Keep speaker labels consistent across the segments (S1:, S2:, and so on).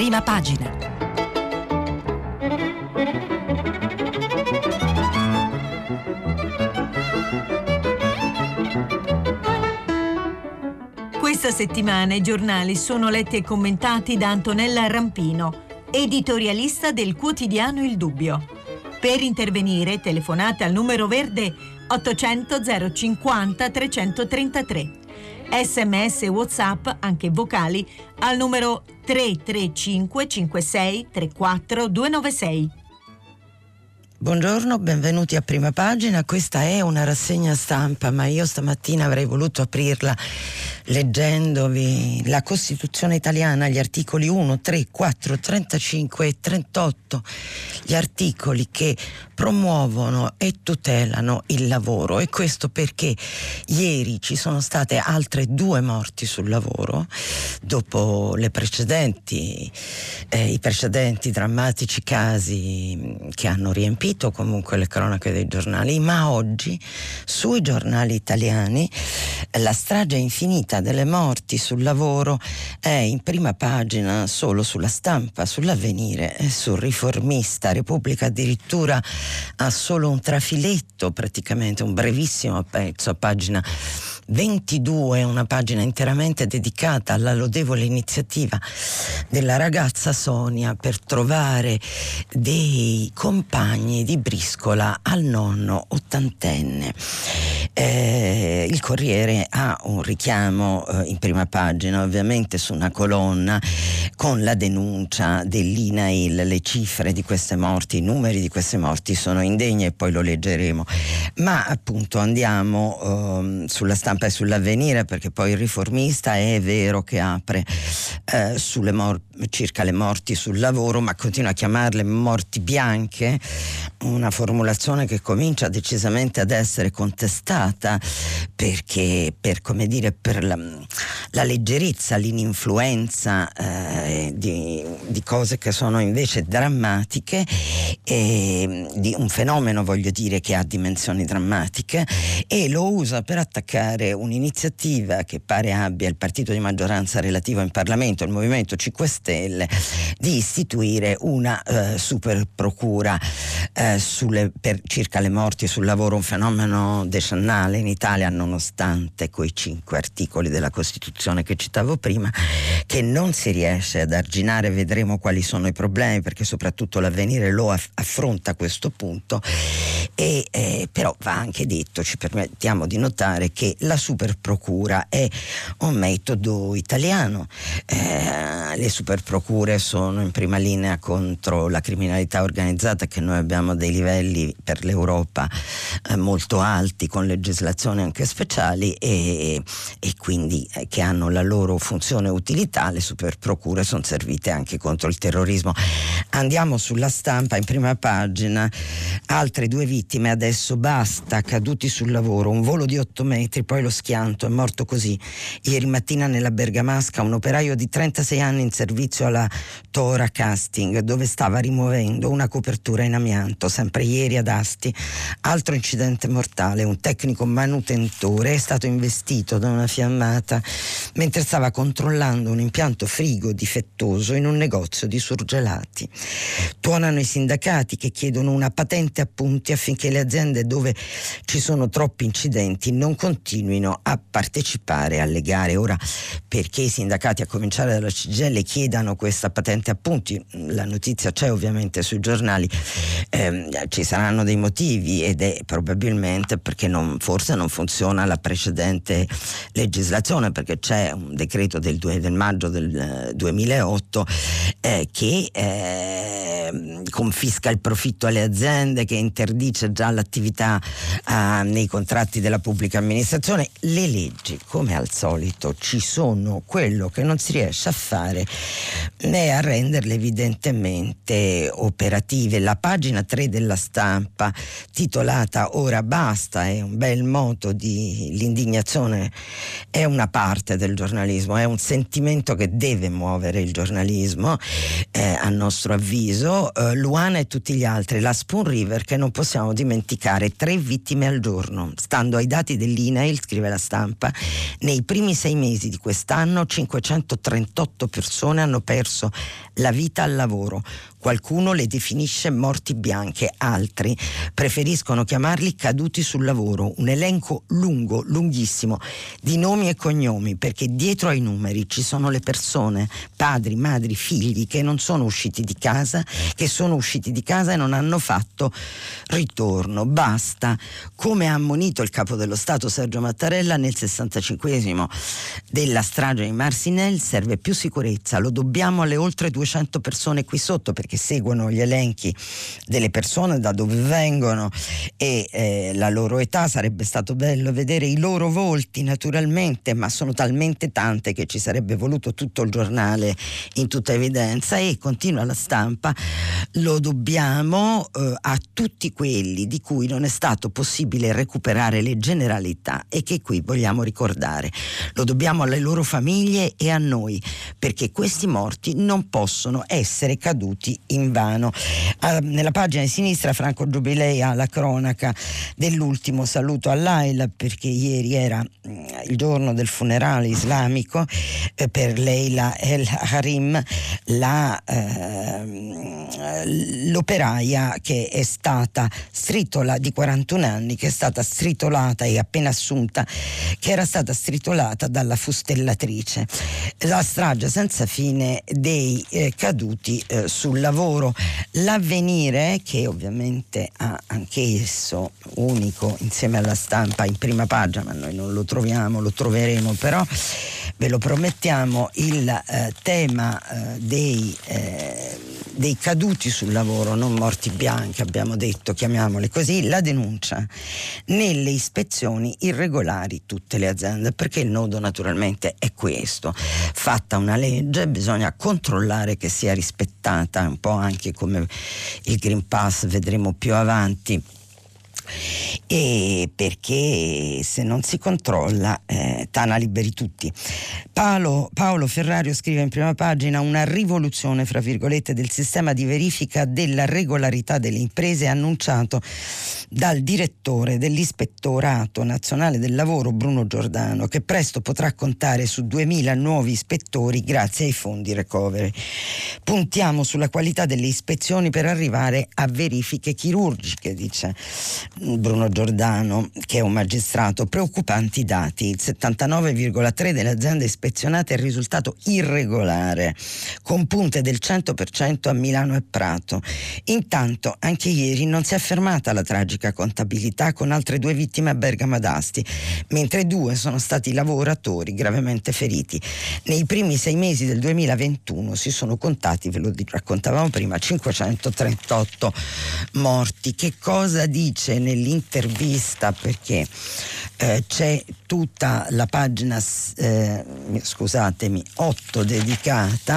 S1: Prima pagina. Questa settimana i giornali sono letti e commentati da Antonella Rampino, editorialista del quotidiano Il Dubbio. Per intervenire telefonate al numero verde 800 050 333. SMS e WhatsApp, anche vocali, al numero 335 56 34 296.
S2: Buongiorno, benvenuti a Prima Pagina. Questa è una rassegna stampa, ma io stamattina avrei voluto aprirla leggendovi la Costituzione italiana, gli articoli 1, 3, 4, 35 e 38, gli articoli che promuovono e tutelano il lavoro. E questo perché ieri ci sono state altre 2 morti sul lavoro dopo i precedenti drammatici casi che hanno riempito comunque le cronache dei giornali, ma oggi sui giornali italiani la strage infinita delle morti sul lavoro è in prima pagina solo sulla Stampa, sull'Avvenire e sul Riformista. Repubblica addirittura ha solo un trafiletto, praticamente un brevissimo pezzo a pagina 22, una pagina interamente dedicata alla lodevole iniziativa della ragazza Sonia per trovare dei compagni di briscola al nonno ottantenne. Il Corriere ha un richiamo in prima pagina, ovviamente su una colonna con la denuncia dell'INAIL. Le cifre di queste morti, i numeri di queste morti sono indegni e poi lo leggeremo, ma appunto andiamo sulla Stampa e sull'Avvenire, perché poi il Riformista è vero che apre circa le morti sul lavoro, ma continua a chiamarle morti bianche, una formulazione che comincia decisamente ad essere contestata, perché per la leggerezza, l'ininfluenza di cose che sono invece drammatiche, di un fenomeno, voglio dire, che ha dimensioni drammatiche, e lo usa per attaccare un'iniziativa che pare abbia il partito di maggioranza relativo in Parlamento, il Movimento 5 Stelle, di istituire una super procura per circa le morti sul lavoro, un fenomeno decennale in Italia, nonostante quei 5 articoli della Costituzione che citavo prima, che non si riesce ad arginare. Vedremo quali sono i problemi, perché soprattutto l'Avvenire lo affronta questo punto, però va anche detto, ci permettiamo di notare che la super procura è un metodo italiano. Le super procure sono in prima linea contro la criminalità organizzata, che noi abbiamo dei livelli per l'Europa molto alti, con legislazioni anche speciali, e quindi che hanno la loro funzione e utilità. Le super procure sono servite anche contro il terrorismo. Andiamo sulla Stampa, in prima pagina, altre 2 vittime, adesso basta, caduti sul lavoro, un volo di 8 metri, poi lo schianto, è morto così. Ieri mattina nella Bergamasca un operaio di 36 anni in servizio alla Tora Casting, dove stava rimuovendo una copertura in amianto, sempre ieri ad Asti. Altro incidente mortale, un tecnico manutentore è stato investito da una fiammata mentre stava controllando un impianto frigo difettoso in un negozio di surgelati. Tuonano i sindacati che chiedono una patente a punti affinché le aziende dove ci sono troppi incidenti non continuino a partecipare alle gare. Ora, perché i sindacati, a cominciare dalla CGIL, chiedano questa patente a punti, la notizia c'è ovviamente sui giornali, ci saranno dei motivi, ed è probabilmente perché forse non funziona la precedente legislazione, perché c'è un decreto del maggio del 2008 che confisca il profitto alle aziende, che interdice già l'attività nei contratti della pubblica amministrazione. Le leggi, come al solito, ci sono, quello che non si riesce a fare è a renderle evidentemente operative. La pagina 3 della Stampa, titolata "Ora basta", è un bel moto l'indignazione è una parte del giornalismo, è un sentimento che deve muovere il giornalismo, a nostro avviso. Luana e tutti gli altri, la Spoon River, che non possiamo dimenticare 3 vittime al giorno. Stando ai dati dell'INAIL, scrive La Stampa, nei primi 6 mesi di quest'anno 538 persone hanno perso la vita al lavoro. Qualcuno le definisce morti bianche, altri preferiscono chiamarli caduti sul lavoro. Un elenco lungo, lunghissimo, di nomi e cognomi, perché dietro ai numeri ci sono le persone, padri, madri, figli che non sono usciti di casa, che sono usciti di casa e non hanno fatto ritorno. Basta. Come ha ammonito il capo dello Stato Sergio Mattarella nel 65esimo della strage di Marcinelle, serve più sicurezza, lo dobbiamo alle oltre 200 persone qui sotto, perché seguono gli elenchi delle persone, da dove vengono e la loro età. Sarebbe stato bello vedere i loro volti, naturalmente, ma sono talmente tante che ci sarebbe voluto tutto il giornale in tutta evidenza. E continua La Stampa, lo dobbiamo a tutti quelli di cui non è stato possibile recuperare le generalità e che qui vogliamo ricordare. Lo dobbiamo alle loro famiglie e a noi, perché questi morti non possono essere caduti invano. Nella pagina di sinistra Franco Giubilei ha la cronaca dell'ultimo saluto all'Aila, perché ieri era il giorno del funerale islamico per Leila El Harim, l'operaia che è stata di 41 anni, che è stata stritolata e appena assunta, che era stata stritolata dalla fustellatrice. La strage senza fine dei caduti sul lavoro. L'Avvenire, che ovviamente ha anche esso unico insieme alla Stampa in prima pagina, ma noi non lo troviamo, lo troveremo, però ve lo promettiamo, il tema dei caduti sul lavoro, non morti bianche, abbiamo detto, chiamiamole così, la denuncia nelle ispezioni irregolari tutte le aziende, perché il nodo naturalmente è questo: fatta una legge bisogna controllare che sia rispettata, un po' anche come il Green Pass, vedremo più avanti. E perché se non si controlla tana liberi tutti. Paolo Ferrario scrive in prima pagina: una rivoluzione fra virgolette del sistema di verifica della regolarità delle imprese annunciato dal direttore dell'Ispettorato Nazionale del Lavoro Bruno Giordano, che presto potrà contare su 2000 nuovi ispettori grazie ai fondi recovery. Puntiamo sulla qualità delle ispezioni per arrivare a verifiche chirurgiche, dice Bruno Giordano, che è un magistrato. Preoccupanti i dati: il 79,3% delle aziende ispezionate è risultato irregolare, con punte del 100% a Milano e Prato. Intanto anche ieri non si è fermata la tragica contabilità, con altre 2 vittime a Bergamo ad Asti, mentre 2 sono stati lavoratori gravemente feriti. Nei primi 6 mesi del 2021 si sono contati, ve lo raccontavamo prima, 538 morti. Che cosa dice nell'intervista? Perché c'è tutta la pagina 8 dedicata.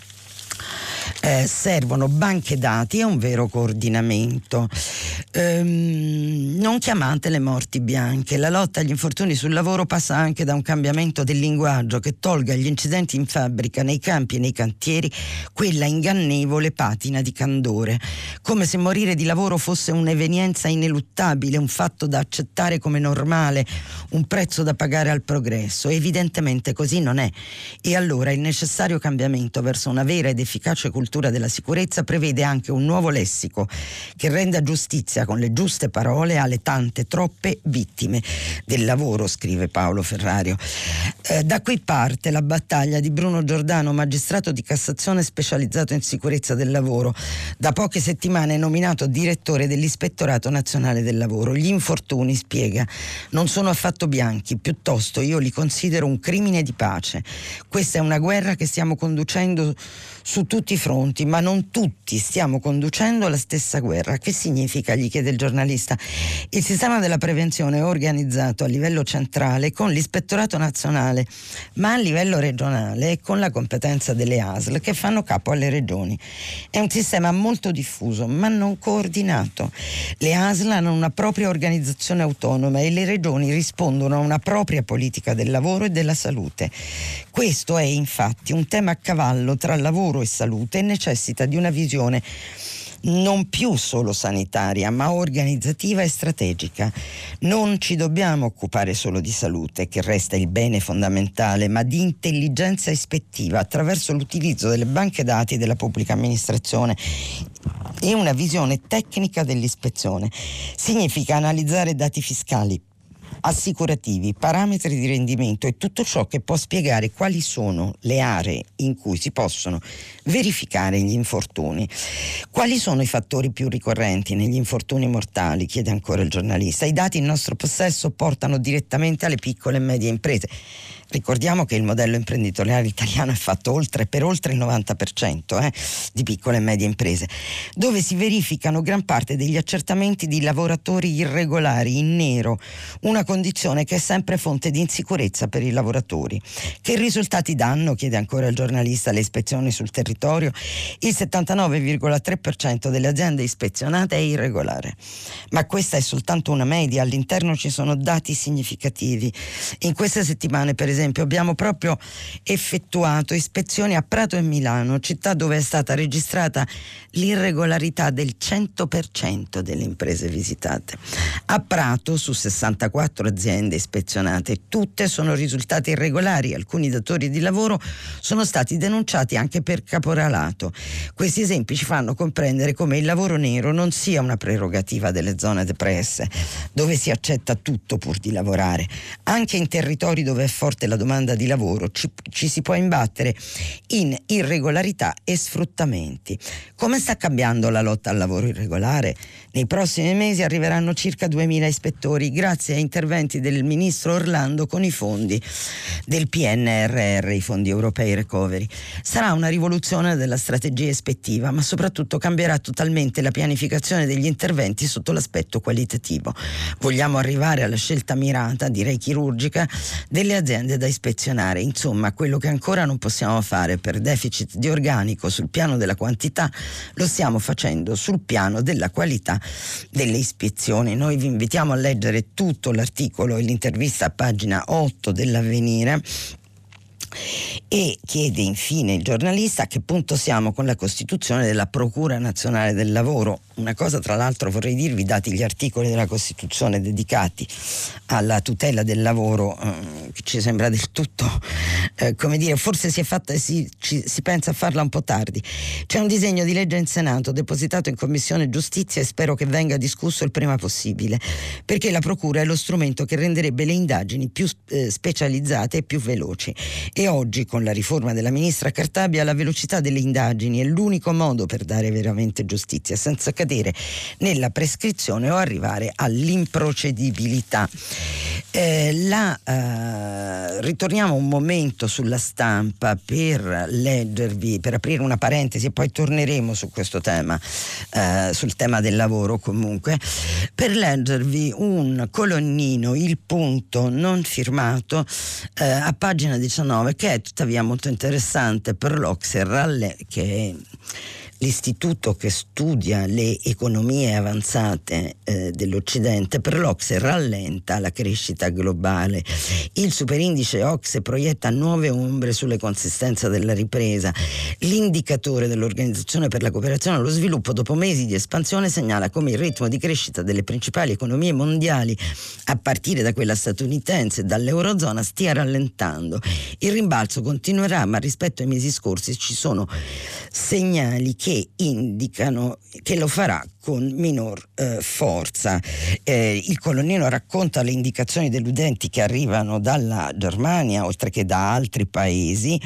S2: Servono banche dati e un vero coordinamento. Non chiamate le morti bianche. La lotta agli infortuni sul lavoro passa anche da un cambiamento del linguaggio che tolga agli incidenti in fabbrica, nei campi e nei cantieri quella ingannevole patina di candore, come se morire di lavoro fosse un'evenienza ineluttabile, un fatto da accettare come normale, un prezzo da pagare al progresso. Evidentemente così non è, e allora il necessario cambiamento verso una vera ed efficace cultura della sicurezza prevede anche un nuovo lessico che renda giustizia con le giuste parole alle tante, troppe vittime del lavoro, scrive Paolo Ferrario. Da qui parte la battaglia di Bruno Giordano, magistrato di Cassazione specializzato in sicurezza del lavoro, da poche settimane nominato direttore dell'Ispettorato Nazionale del Lavoro. Gli infortuni, spiega, non sono affatto bianchi, piuttosto io li considero un crimine di pace. Questa è una guerra che stiamo conducendo su tutti i fronti, ma non tutti stiamo conducendo la stessa guerra. Che significa? Gli chiede il giornalista. Il sistema della prevenzione è organizzato a livello centrale con l'Ispettorato Nazionale, ma a livello regionale con la competenza delle ASL che fanno capo alle regioni. È un sistema molto diffuso ma non coordinato. Le ASL hanno una propria organizzazione autonoma e le regioni rispondono a una propria politica del lavoro e della salute. Questo è infatti un tema a cavallo tra lavoro e salute e necessita di una visione non più solo sanitaria, ma organizzativa e strategica. Non ci dobbiamo occupare solo di salute, che resta il bene fondamentale, ma di intelligenza ispettiva attraverso l'utilizzo delle banche dati della pubblica amministrazione e una visione tecnica dell'ispezione. Significa analizzare dati fiscali, assicurativi, parametri di rendimento e tutto ciò che può spiegare quali sono le aree in cui si possono verificare gli infortuni. Quali sono i fattori più ricorrenti negli infortuni mortali? Chiede ancora il giornalista. I dati in nostro possesso portano direttamente alle piccole e medie imprese. Ricordiamo che il modello imprenditoriale italiano è fatto per oltre il 90% di piccole e medie imprese, dove si verificano gran parte degli accertamenti di lavoratori irregolari in nero, una condizione che è sempre fonte di insicurezza per i lavoratori. Che risultati danno? Chiede ancora il giornalista. Le ispezioni sul territorio. Il 79,3% delle aziende ispezionate è irregolare, ma questa è soltanto una media, all'interno ci sono dati significativi. In queste settimane, per esempio, abbiamo proprio effettuato ispezioni a Prato e Milano, città dove è stata registrata l'irregolarità del 100% delle imprese visitate. A Prato, su 64 aziende ispezionate, tutte sono risultate irregolari. Alcuni datori di lavoro sono stati denunciati anche per caporalato. Questi esempi ci fanno comprendere come il lavoro nero non sia una prerogativa delle zone depresse, dove si accetta tutto pur di lavorare. Anche in territori dove è forte la domanda di lavoro ci si può imbattere in irregolarità e sfruttamenti. Come sta cambiando la lotta al lavoro irregolare? Nei prossimi mesi arriveranno circa 2000 ispettori grazie a interventi del ministro Orlando con i fondi del PNRR, i fondi europei recovery. Sarà una rivoluzione della strategia ispettiva, ma soprattutto cambierà totalmente la pianificazione degli interventi sotto l'aspetto qualitativo. Vogliamo arrivare alla scelta mirata, direi chirurgica, delle aziende da ispezionare. Insomma, quello che ancora non possiamo fare per deficit di organico sul piano della quantità, lo stiamo facendo sul piano della qualità delle ispezioni. Noi vi invitiamo a leggere tutto l'articolo e l'intervista a pagina 8 dell'Avvenire. E chiede infine il giornalista a che punto siamo con la costituzione della Procura Nazionale del Lavoro. Una cosa, tra l'altro, vorrei dirvi, dati gli articoli della Costituzione dedicati alla tutela del lavoro, che ci sembra del tutto, forse si pensa a farla un po' tardi. C'è un disegno di legge in Senato depositato in Commissione Giustizia e spero che venga discusso il prima possibile, perché la Procura è lo strumento che renderebbe le indagini più specializzate e più veloci. E oggi, con la riforma della ministra Cartabia, la velocità delle indagini è l'unico modo per dare veramente giustizia, senza cadere nella prescrizione o arrivare all'improcedibilità. Ritorniamo un momento sulla Stampa per leggervi, per aprire una parentesi, e poi torneremo su questo tema, sul tema del lavoro comunque, per leggervi un colonnino, Il Punto, non firmato, a pagina 19, che è tuttavia molto interessante per l'Ocse, che è l'istituto che studia le economie avanzate dell'Occidente. Per l'Ocse rallenta la crescita globale. Il superindice Ocse proietta nuove ombre sulle consistenze della ripresa. L'indicatore dell'Organizzazione per la Cooperazione e lo Sviluppo, dopo mesi di espansione, segnala come il ritmo di crescita delle principali economie mondiali, a partire da quella statunitense e dall'Eurozona, stia rallentando. Il rimbalzo continuerà, ma rispetto ai mesi scorsi ci sono segnali che indicano che lo farà con minor forza. Il colonnino racconta le indicazioni deludenti che arrivano dalla Germania, oltre che da altri paesi.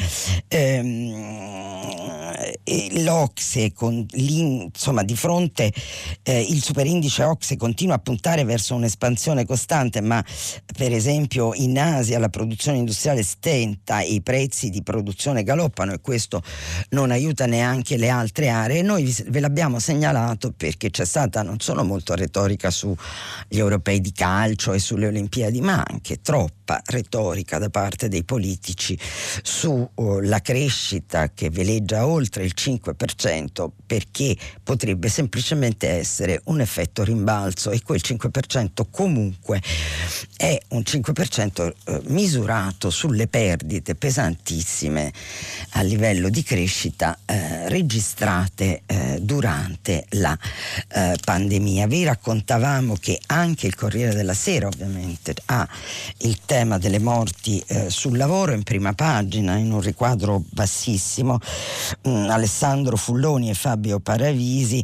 S2: L'Ocse, di fronte il superindice Ocse continua a puntare verso un'espansione costante, ma per esempio in Asia la produzione industriale stenta e i prezzi di produzione galoppano, e questo non aiuta neanche le altre aree. Noi ve l'abbiamo segnalato perché c'è stata non solo molta retorica sugli europei di calcio e sulle Olimpiadi, ma anche troppa retorica da parte dei politici sulla crescita che veleggia oltre il 5% perché potrebbe semplicemente essere un effetto rimbalzo, e quel 5% comunque è un 5% misurato sulle perdite pesantissime a livello di crescita registrate durante la pandemia. Vi raccontavamo che anche il Corriere della Sera ovviamente ha il tema delle morti sul lavoro in prima pagina, in un riquadro bassissimo. Alessandro Fulloni e Fabio Paravisi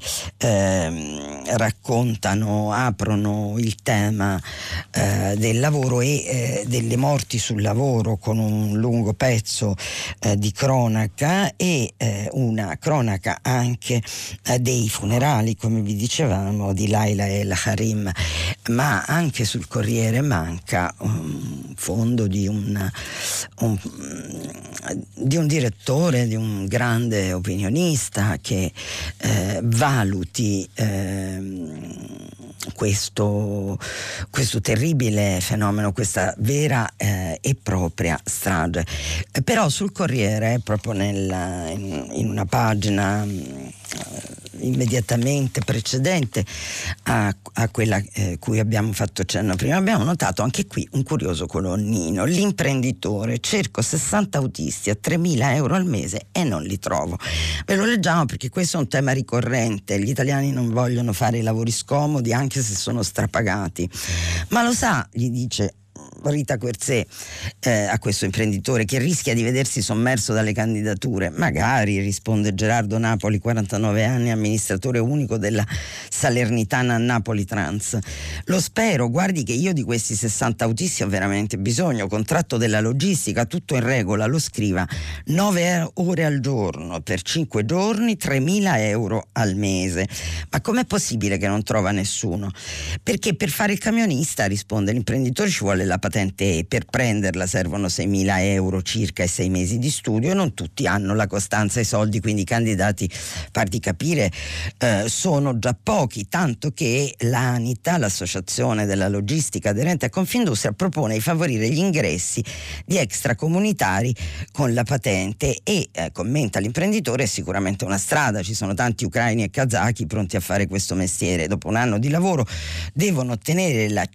S2: aprono il tema del lavoro e delle morti sul lavoro con un lungo pezzo di cronaca e una cronaca anche dei funerali, come vi dicevamo, di Laila El Harim. Ma anche sul Corriere manca un fondo di un direttore, di un grande opinionista che valuti questo terribile fenomeno, questa vera e propria strage. Però sul Corriere, proprio in una pagina immediatamente precedente a quella cui abbiamo fatto cenno prima, abbiamo notato anche qui un curioso colonnino: l'imprenditore, cerco 60 autisti a 3.000 euro al mese e non li trovo. Ve lo leggiamo perché questo è un tema ricorrente. Gli italiani non vogliono fare i lavori scomodi anche se sono strapagati, ma lo sa, gli dice Rita Querzé a questo imprenditore che rischia di vedersi sommerso dalle candidature. Magari, risponde Gerardo Napoli, 49 anni, amministratore unico della Salernitana Napoli Trans. Lo spero, guardi che io di questi 60 autisti ho veramente bisogno, contratto della logistica, tutto in regola, lo scriva, 9 ore al giorno per 5 giorni, 3.000 euro al mese. Ma com'è possibile che non trova nessuno? Perché per fare il camionista, risponde l'imprenditore, ci vuole la patente E, per prenderla servono 6.000 euro circa e 6 mesi di studio, e non tutti hanno la costanza e i soldi, quindi i candidati, farti capire, sono già pochi, tanto che l'ANITA, l'associazione della logistica aderente a Confindustria, propone di favorire gli ingressi di extracomunitari con la patente e commenta l'imprenditore, è sicuramente una strada, ci sono tanti ucraini e kazaki pronti a fare questo mestiere, dopo un anno di lavoro devono ottenere la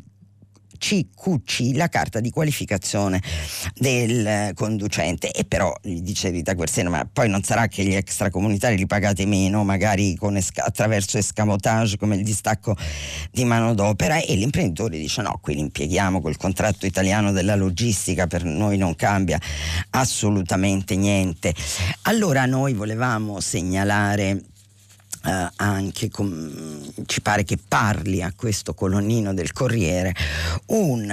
S2: CQC, la carta di qualificazione del conducente. E però, gli dice Rita Querzé, ma poi non sarà che gli extracomunitari li pagate meno, magari attraverso escamotage come il distacco di manodopera? E l'imprenditore dice no, qui li impieghiamo col contratto italiano della logistica, per noi non cambia assolutamente niente. Allora noi volevamo segnalare anche ci pare che parli a questo colonnino del Corriere un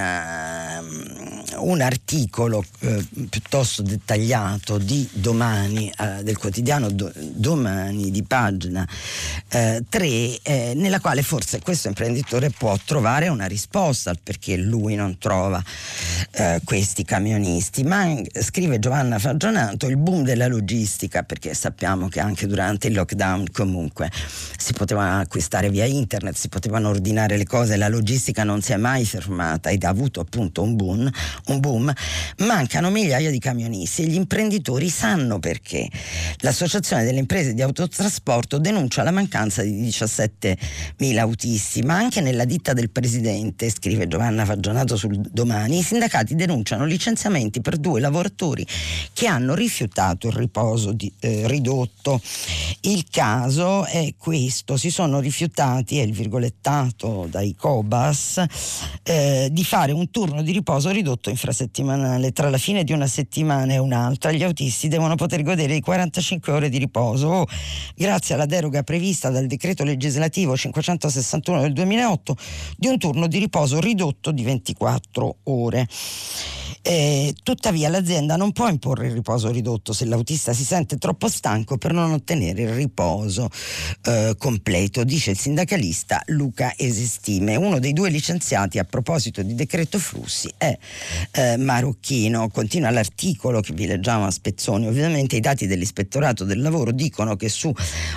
S2: articolo piuttosto dettagliato di Domani, del quotidiano Domani, di pagina 3, nella quale forse questo imprenditore può trovare una risposta al perché lui non trova questi camionisti. Ma scrive Giovanna Fagionato, il boom della logistica, perché sappiamo che anche durante il lockdown comunque si poteva acquistare via internet, si potevano ordinare le cose, la logistica non si è mai fermata ed ha avuto appunto un boom. Mancano migliaia di camionisti e gli imprenditori sanno perché. L'Associazione delle imprese di autotrasporto denuncia la mancanza di 17.000 autisti, ma anche nella ditta del presidente, scrive Giovanna Fagionato sul Domani, i sindacati denunciano licenziamenti per 2 lavoratori che hanno rifiutato il riposo ridotto. Il caso è questo: si sono rifiutati, è il virgolettato dai Cobas, di fare un turno di riposo ridotto infrasettimanale. Tra la fine di una settimana e un'altra gli autisti devono poter godere di 45 ore di riposo, grazie alla deroga prevista dal decreto legislativo 561 del 2008 di un turno di riposo ridotto di 24 ore. Tuttavia l'azienda non può imporre il riposo ridotto se l'autista si sente troppo stanco per non ottenere il riposo completo, dice il sindacalista Luca Esistime. Uno dei 2 licenziati a proposito di decreto flussi è marocchino. Continua l'articolo che vi leggiamo a spezzoni. Ovviamente i dati dell'Ispettorato del Lavoro dicono che su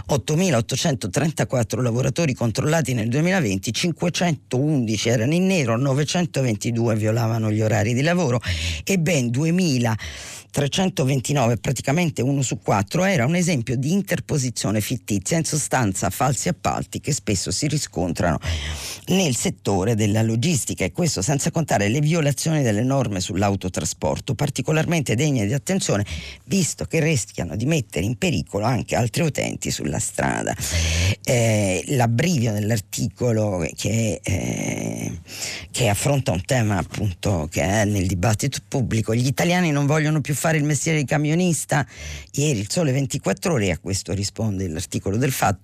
S2: 8.834 lavoratori controllati nel 2020, 511 erano in nero, 922 violavano gli orari di lavoro e ben 2.000 329, praticamente 1 su 4, era un esempio di interposizione fittizia, in sostanza falsi appalti che spesso si riscontrano nel settore della logistica, e questo senza contare le violazioni delle norme sull'autotrasporto, particolarmente degne di attenzione visto che rischiano di mettere in pericolo anche altri utenti sulla strada. L'abbrivio dell'articolo che affronta un tema appunto che è nel dibattito pubblico: gli italiani non vogliono più fare il mestiere di camionista. Ieri il Sole 24 Ore, a questo risponde l'articolo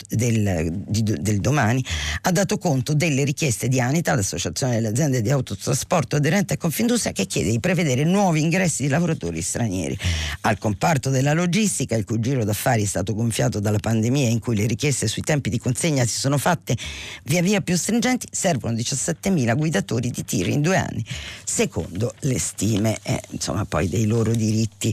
S2: del Domani, ha dato conto delle richieste di Anita, l'associazione delle aziende di autotrasporto aderente a Confindustria, che chiede di prevedere nuovi ingressi di lavoratori stranieri al comparto della logistica, il cui giro d'affari è stato gonfiato dalla pandemia, in cui le richieste sui tempi di consegna si sono fatte via via più stringenti. Servono 17.000 guidatori di tir in 2 anni, secondo le stime. Insomma, poi dei loro diritti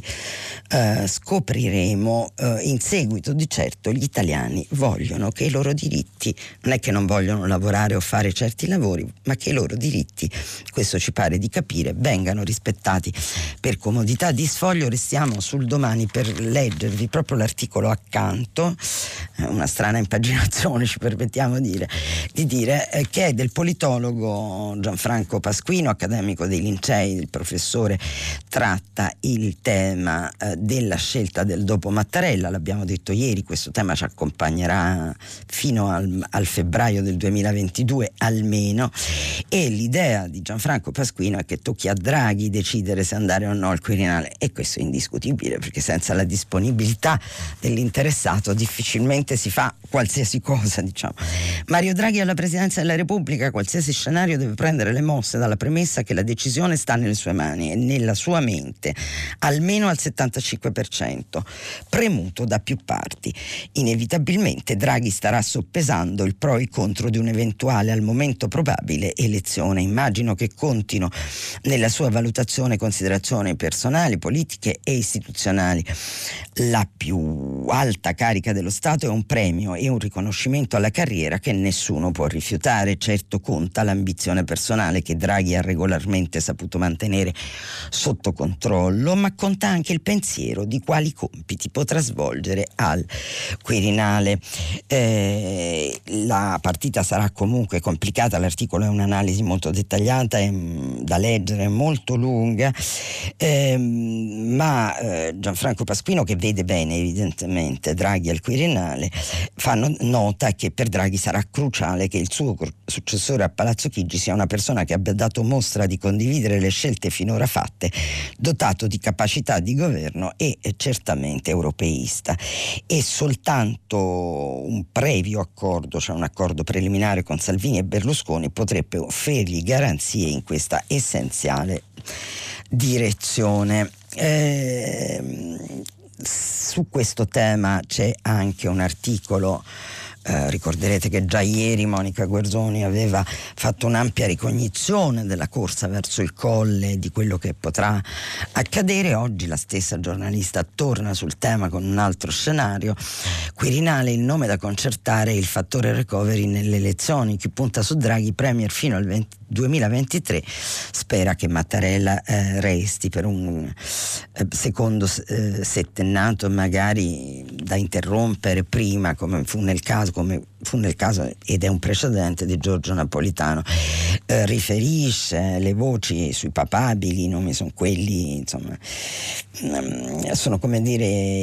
S2: scopriremo in seguito. Di certo gli italiani vogliono che i loro diritti, non è che non vogliono lavorare o fare certi lavori, ma che i loro diritti, questo ci pare di capire, vengano rispettati per comodità. Di Sfoglio restiamo sul Domani per leggervi proprio l'articolo accanto, una strana impaginazione ci permettiamo di dire, che è del politologo Gianfranco Pasquino, accademico dei Lincei. Il professore tratta il tema della scelta del dopo Mattarella, l'abbiamo detto ieri, questo tema ci accompagnerà fino al febbraio del 2022 almeno, e l'idea di Gianfranco Pasquino è che tocchi a Draghi decidere se andare o no al Quirinale, e questo è indiscutibile, perché senza la disponibilità dell'interessato difficilmente si fa qualsiasi cosa, diciamo. Mario Draghi alla presidenza della Repubblica: qualsiasi scenario deve prendere le mosse dalla premessa che la decisione sta nelle sue mani e nella sua mente, almeno al 75%, premuto da più parti. Inevitabilmente Draghi starà soppesando il pro e il contro di un'eventuale, al momento probabile, elezione. Immagino che contino nella sua valutazione considerazioni personali, politiche e istituzionali. La più alta carica dello Stato è un premio e un riconoscimento alla carriera che nessuno può rifiutare. Certo conta l'ambizione personale, che Draghi ha regolarmente saputo mantenere sotto controllo, ma conta anche il pensiero di quali compiti potrà svolgere al Quirinale. La partita sarà comunque complicata, l'articolo è un'analisi molto dettagliata da leggere, è molto lunga, ma Gianfranco Pasquino, che vede bene evidentemente Draghi al Quirinale, fanno nota che per Draghi sarà cruciale che il suo successore a Palazzo Chigi sia una persona che abbia dato mostra di condividere le scelte finora fatte, dotato di capacità di governo e certamente europeista. E soltanto un previo accordo, cioè un accordo preliminare con Salvini e Berlusconi, potrebbe offrirgli garanzie in questa essenziale direzione. Su questo tema c'è anche un articolo. Ricorderete che già ieri Monica Guerzoni aveva fatto un'ampia ricognizione della corsa verso il Colle, di quello che potrà accadere. Oggi la stessa giornalista torna sul tema con un altro scenario. Quirinale, il nome da concertare, il fattore recovery nelle elezioni. Chi punta su Draghi premier fino al 2023 spera che Mattarella resti per un secondo settennato, magari da interrompere prima, come fu nel caso ed è un precedente di Giorgio Napolitano. Riferisce le voci sui papabili, i nomi sono quelli, insomma, sono come dire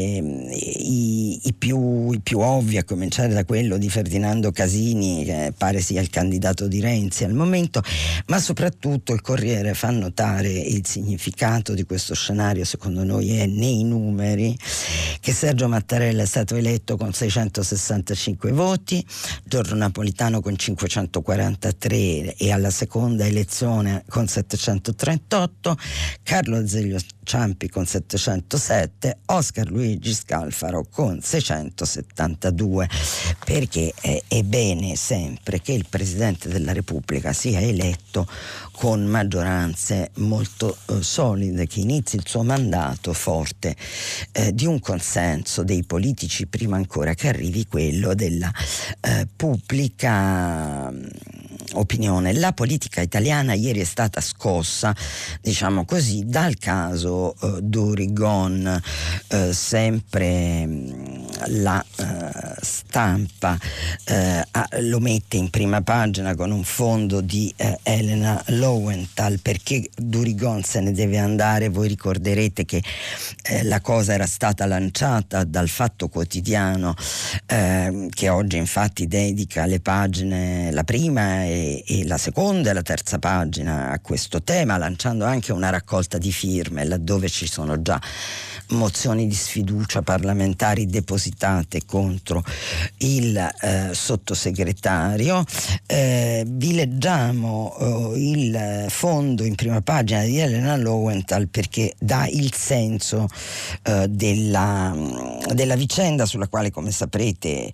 S2: i più ovvi, a cominciare da quello di Ferdinando Casini, che pare sia il candidato di Renzi al momento, ma soprattutto il Corriere fa notare il significato di questo scenario, secondo noi è nei numeri, che Sergio Mattarella è stato eletto con 665 voti, Giorgio Napolitano con 543 e alla seconda elezione con 738, Carlo Azeglio Ciampi con 707, Oscar Luigi Scalfaro con 672, perché è bene sempre che il Presidente della Repubblica sia eletto con maggioranze molto solide, che inizi il suo mandato forte di un consenso dei politici prima ancora che arrivi quello della pubblica opinione. La politica italiana ieri è stata scossa, diciamo così, dal caso Durigon. Sempre la Stampa lo mette in prima pagina con un fondo di Elena Lowenthal, perché Durigon se ne deve andare. Voi ricorderete che la cosa era stata lanciata dal Fatto Quotidiano, che oggi infatti dedica le pagine, la prima e la seconda e la terza pagina a questo tema, lanciando anche una raccolta di firme laddove ci sono già mozioni di sfiducia parlamentari depositate contro il sottosegretario. Vi leggiamo il fondo in prima pagina di Elena Lowenthal perché dà il senso della vicenda, sulla quale, come saprete,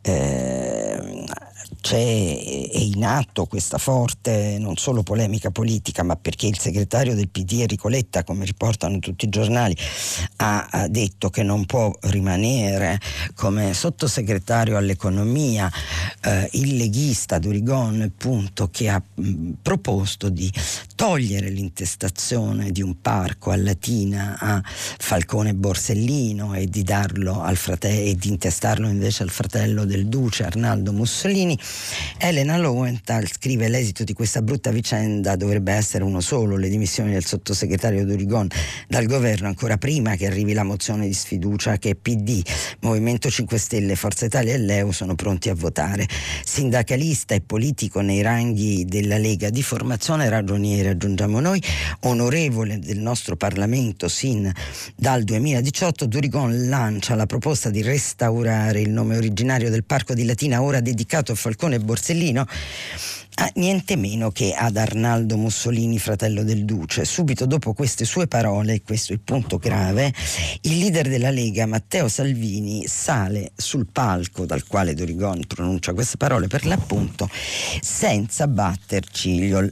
S2: è in atto questa forte non solo polemica politica, ma perché il segretario del PD Enrico Letta, come riportano tutti i giornali, ha detto che non può rimanere come sottosegretario all'economia il leghista Durigon, appunto, che ha proposto di togliere l'intestazione di un parco a Latina a Falcone Borsellino e di darlo al fratello, e di intestarlo invece al fratello del duce Arnaldo Mussolini. Elena Lowenthal scrive: l'esito di questa brutta vicenda dovrebbe essere uno solo: le dimissioni del sottosegretario Durigon dal governo, ancora prima che arrivi la mozione di sfiducia che PD, Movimento 5 Stelle, Forza Italia e Leu sono pronti a votare. Sindacalista e politico nei ranghi della Lega di formazione, ragioniere aggiungiamo noi, onorevole del nostro Parlamento sin dal 2018, Durigon lancia la proposta di restaurare il nome originario del parco di Latina, ora dedicato a Falcone e Borsellino, niente meno che ad Arnaldo Mussolini, fratello del duce. Subito dopo queste sue parole, e questo è il punto grave, il leader della Lega, Matteo Salvini, sale sul palco dal quale Durigon pronuncia queste parole, per l'appunto senza batter ciglio.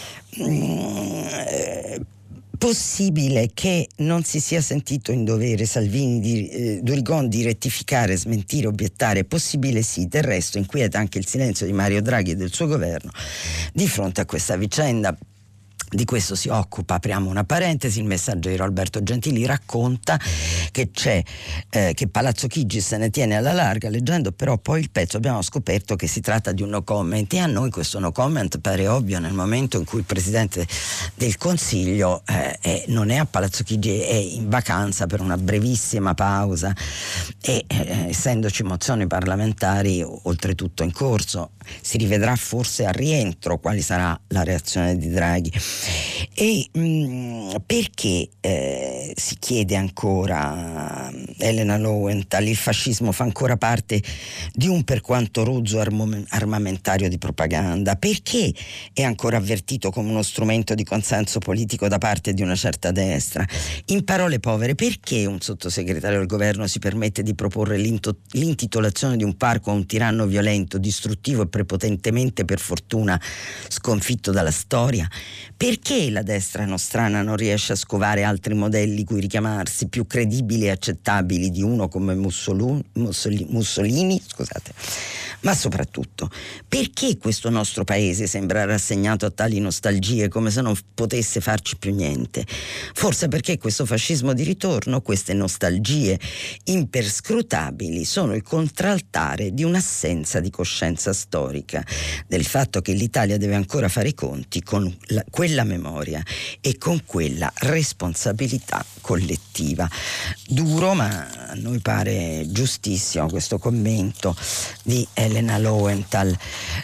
S2: Possibile che non si sia sentito in dovere Durigon di rettificare, smentire, obiettare? Possibile sì, del resto inquieta anche il silenzio di Mario Draghi e del suo governo di fronte a questa vicenda. Di questo si occupa, apriamo una parentesi, il Messaggero. Alberto Gentili racconta che che Palazzo Chigi se ne tiene alla larga. Leggendo però poi il pezzo abbiamo scoperto che si tratta di un no comment, e a noi questo no comment pare ovvio nel momento in cui il Presidente del Consiglio non è a Palazzo Chigi, è in vacanza per una brevissima pausa e essendoci mozioni parlamentari oltretutto in corso, si rivedrà forse al rientro quale sarà la reazione di Draghi. E perché si chiede ancora Elena Lowenthal, il fascismo fa ancora parte di un per quanto rozzo armamentario di propaganda? Perché è ancora avvertito come uno strumento di consenso politico da parte di una certa destra? In parole povere, perché un sottosegretario del governo si permette di proporre l'intitolazione di un parco a un tiranno violento, distruttivo e prepotentemente, per fortuna, sconfitto dalla storia? Perché la destra nostrana non riesce a scovare altri modelli cui richiamarsi, più credibili e accettabili di uno come Mussolini, scusate. Ma soprattutto, perché questo nostro paese sembra rassegnato a tali nostalgie, come se non potesse farci più niente? Forse perché questo fascismo di ritorno, queste nostalgie imperscrutabili, sono il contraltare di un'assenza di coscienza storica, del fatto che l'Italia deve ancora fare i conti con quella memoria e con quella responsabilità collettiva. Duro, ma a noi pare giustissimo questo commento di Elena Lowenthal.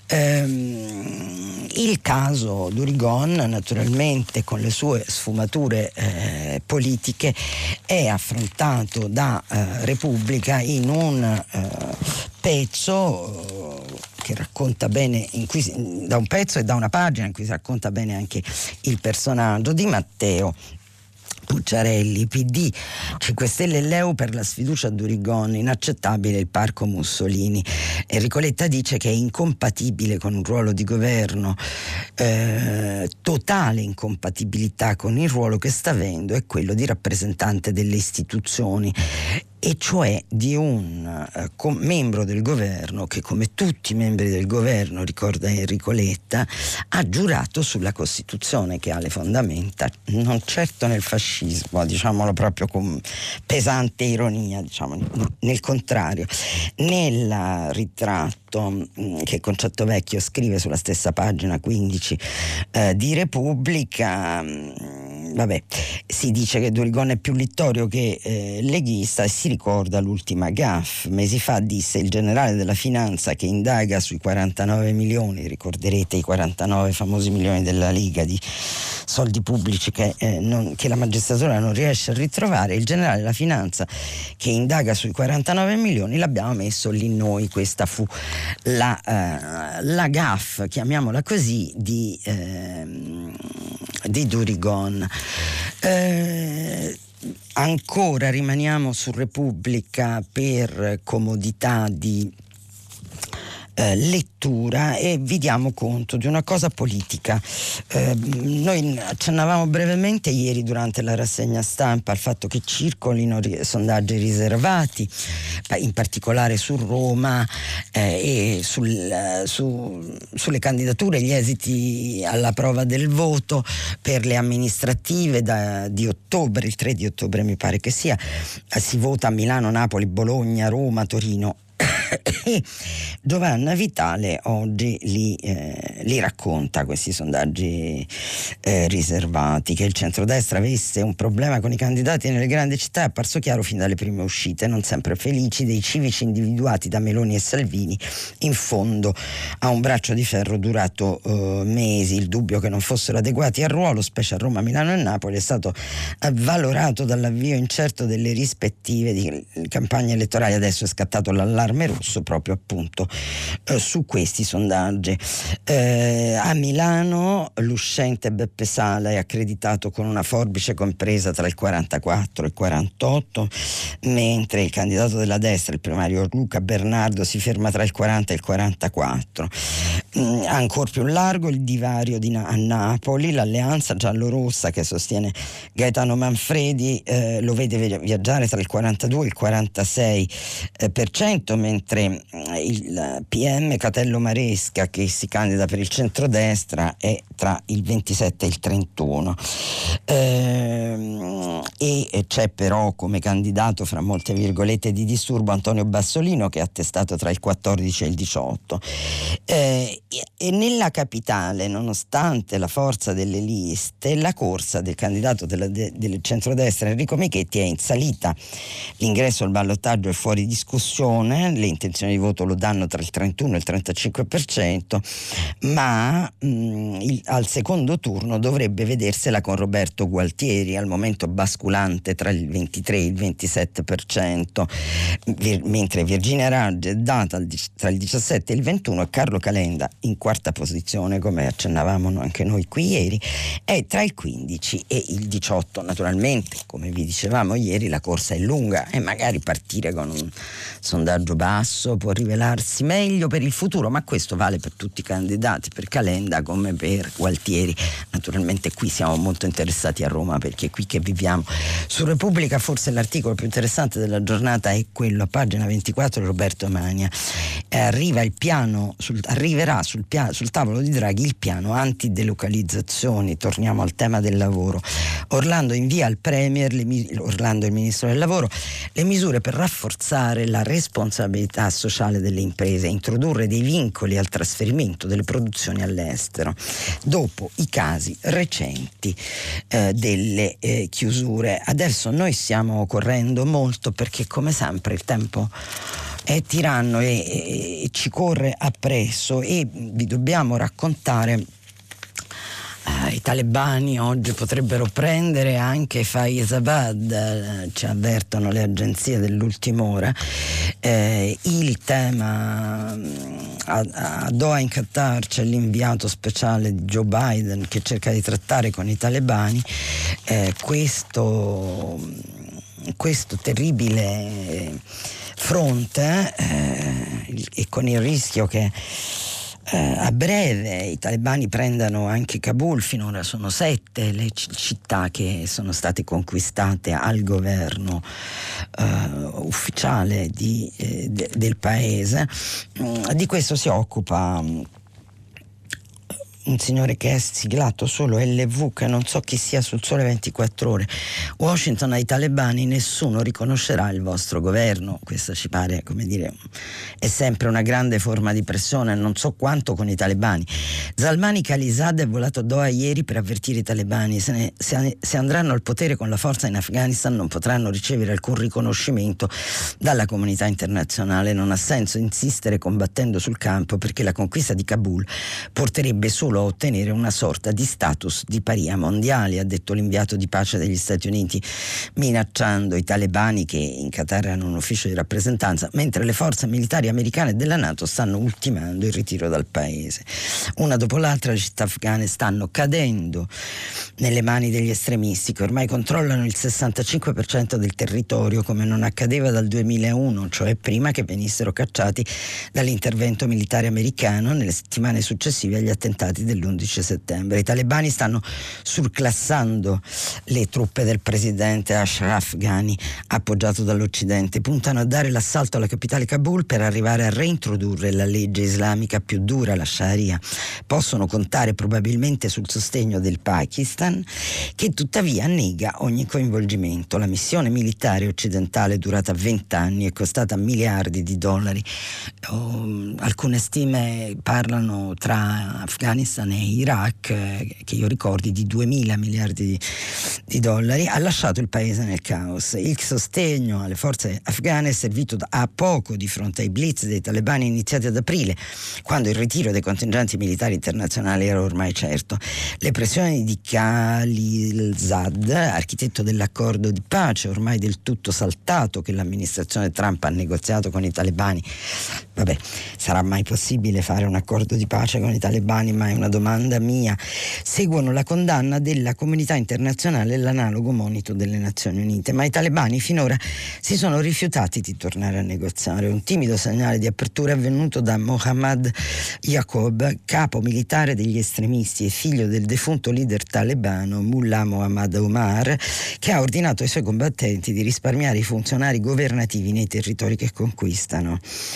S2: Il caso Durigon, naturalmente con le sue sfumature politiche, è affrontato da Repubblica in un pezzo che racconta bene, da un pezzo e da una pagina in cui si racconta bene anche il personaggio di Matteo Pucciarelli, PD, 5 Stelle e Leu per la sfiducia a Durigon, inaccettabile il parco Mussolini. Enrico Letta dice che è incompatibile con un ruolo di governo, totale incompatibilità con il ruolo che sta avendo è quello di rappresentante delle istituzioni. e cioè di un membro del governo che, come tutti i membri del governo, ricorda Enrico Letta, ha giurato sulla Costituzione, che ha le fondamenta non certo nel fascismo, diciamolo proprio con pesante ironia, diciamo, nel contrario, nel ritratto che Concetto Vecchio scrive sulla stessa pagina 15 di Repubblica. Si dice che Durigon è più littorio che leghista, e si ricorda l'ultima gaffe. Mesi fa disse: il generale della finanza che indaga sui 49 milioni, ricorderete i 49 famosi milioni della Liga di soldi pubblici che la magistratura non riesce a ritrovare, il generale della finanza che indaga sui 49 milioni l'abbiamo messo lì noi. Questa fu la gaffe, chiamiamola così, di Durigon. Ancora rimaniamo su Repubblica per comodità di lettura, e vi diamo conto di una cosa politica. Noi accennavamo brevemente ieri durante la rassegna stampa al fatto che circolino sondaggi riservati, in particolare su Roma e sulle candidature, gli esiti alla prova del voto per le amministrative di ottobre, il 3 di ottobre mi pare che sia. Si vota a Milano, Napoli, Bologna, Roma, Torino. E Giovanna Vitale oggi li racconta, questi sondaggi riservati. Che il centrodestra avesse un problema con i candidati nelle grandi città è apparso chiaro fin dalle prime uscite, non sempre felici, dei civici individuati da Meloni e Salvini in fondo a un braccio di ferro durato mesi. Il dubbio che non fossero adeguati al ruolo, specie a Roma, Milano e Napoli, è stato valorato dall'avvio incerto delle rispettive di campagne elettorali. Adesso è scattato l'allarme rosso proprio appunto su questi sondaggi. A Milano l'uscente Beppe Sala è accreditato con una forbice compresa tra il 44 e il 48, mentre il candidato della destra, il primario Luca Bernardo, si ferma tra il 40 e il 44. Ancora più largo il divario a Napoli. L'alleanza giallorossa che sostiene Gaetano Manfredi lo vede viaggiare tra il 42 e il 46%, mentre il PM Catello Maresca, che si candida per il centrodestra, è tra il 27 e il 31. E c'è però come candidato, fra molte virgolette di disturbo, Antonio Bassolino, che è attestato tra il 14 e il 18. E nella capitale, nonostante la forza delle liste, la corsa del candidato del centrodestra Enrico Michetti è in salita. L'ingresso al ballottaggio è fuori discussione, le intenzioni di voto lo danno tra il 31 e il 35%, ma al secondo turno dovrebbe vedersela con Roberto Gualtieri, al momento basculante tra il 23 e il 27%, mentre Virginia Raggi è data tra il 17 e il 21, e Carlo Calenda, in quarta posizione, come accennavamo anche noi qui ieri, è tra il 15 e il 18. Naturalmente, come vi dicevamo ieri, la corsa è lunga e magari partire con un sondaggio basso può rivelarsi meglio per il futuro, ma questo vale per tutti i candidati, per Calenda come per Gualtieri. Naturalmente qui siamo molto interessati a Roma, perché è qui che viviamo. Su Repubblica forse l'articolo più interessante della giornata è quello a pagina 24 di Roberto Mania. Arriverà sul tavolo di Draghi il piano antidelocalizzazioni. Torniamo al tema del lavoro. Orlando invia al Premier, Orlando il ministro del lavoro, le misure per rafforzare la responsabilità sociale delle imprese, introdurre dei vincoli al trasferimento delle produzioni all'estero dopo i casi recenti delle chiusure. Adesso noi stiamo correndo molto, perché come sempre il tempo è tiranno e ci corre appresso, e vi dobbiamo raccontare. I talebani oggi potrebbero prendere anche Faizabad, ci avvertono le agenzie dell'ultima ora. Il tema a Doha in Qatar c'è l'inviato speciale di Joe Biden che cerca di trattare con i talebani questo terribile fronte, e con il rischio che a breve i talebani prendano anche Kabul. Finora sono 7 le città che sono state conquistate al governo ufficiale del paese. Di questo si occupa un signore che è siglato solo LV, che non so chi sia, sul Sole 24 Ore. Washington ai talebani: nessuno riconoscerà il vostro governo. Questa ci pare, come dire, è sempre una grande forma di pressione, non so quanto con i talebani. Zalmay Khalilzad è volato a Doha ieri per avvertire i talebani: se andranno al potere con la forza in Afghanistan non potranno ricevere alcun riconoscimento dalla comunità internazionale. Non ha senso insistere combattendo sul campo, perché la conquista di Kabul porterebbe solo a ottenere una sorta di status di paria mondiale, ha detto l'inviato di pace degli Stati Uniti, minacciando i talebani, che in Qatar hanno un ufficio di rappresentanza, mentre le forze militari americane e della NATO stanno ultimando il ritiro dal paese. Una dopo l'altra le città afghane stanno cadendo nelle mani degli estremisti, che ormai controllano il 65% del territorio, come non accadeva dal 2001, cioè prima che venissero cacciati dall'intervento militare americano nelle settimane successive agli attentati dell'11 settembre. I talebani stanno surclassando le truppe del presidente Ashraf Ghani, appoggiato dall'Occidente. Puntano a dare l'assalto alla capitale Kabul per arrivare a reintrodurre la legge islamica più dura, la Sharia. Possono contare probabilmente sul sostegno del Pakistan, che tuttavia nega ogni coinvolgimento. La missione militare occidentale è durata 20 anni e costata miliardi di dollari. Alcune stime parlano, tra Afghanistan e Iraq, che io ricordi, di 2.000 miliardi di dollari. Ha lasciato il paese nel caos. Il sostegno alle forze afghane è servito a poco di fronte ai blitz dei talebani iniziati ad aprile, quando il ritiro dei contingenti militari internazionali era ormai certo. Le pressioni di Khalilzad, architetto dell'accordo di pace ormai del tutto saltato che l'amministrazione Trump ha negoziato con i talebani. Vabbè, sarà mai possibile fare un accordo di pace con i talebani? Ma è una domanda mia. Seguono la condanna della comunità internazionale e l'analogo monito delle Nazioni Unite, ma i talebani finora si sono rifiutati di tornare a negoziare. Un timido segnale di apertura è venuto da Mohammad Yaqub, capo militare degli estremisti e figlio del defunto leader talebano Mullah Muhammad Omar, che ha ordinato ai suoi combattenti di risparmiare i funzionari governativi nei territori che conquistano.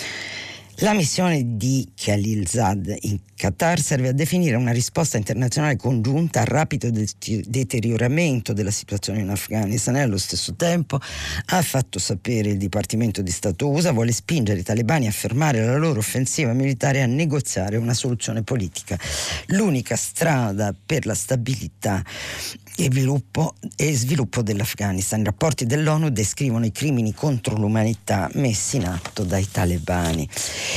S2: La missione di Khalilzad in Qatar serve a definire una risposta internazionale congiunta al rapido deterioramento della situazione in Afghanistan, e allo stesso tempo, ha fatto sapere il Dipartimento di Stato USA, vuole spingere i talebani a fermare la loro offensiva militare e a negoziare una soluzione politica. L'unica strada per la stabilità e sviluppo dell'Afghanistan. I rapporti dell'ONU descrivono i crimini contro l'umanità messi in atto dai talebani.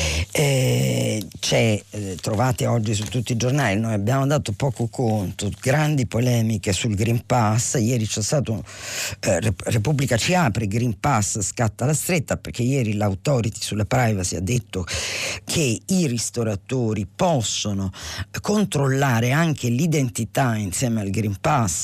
S2: Trovate oggi su tutti i giornali, noi abbiamo dato poco conto, grandi polemiche sul Green Pass. Ieri c'è stato Repubblica ci apre, Green Pass scatta la stretta, perché ieri l'Authority sulla privacy ha detto che i ristoratori possono controllare anche l'identità, insieme al Green Pass,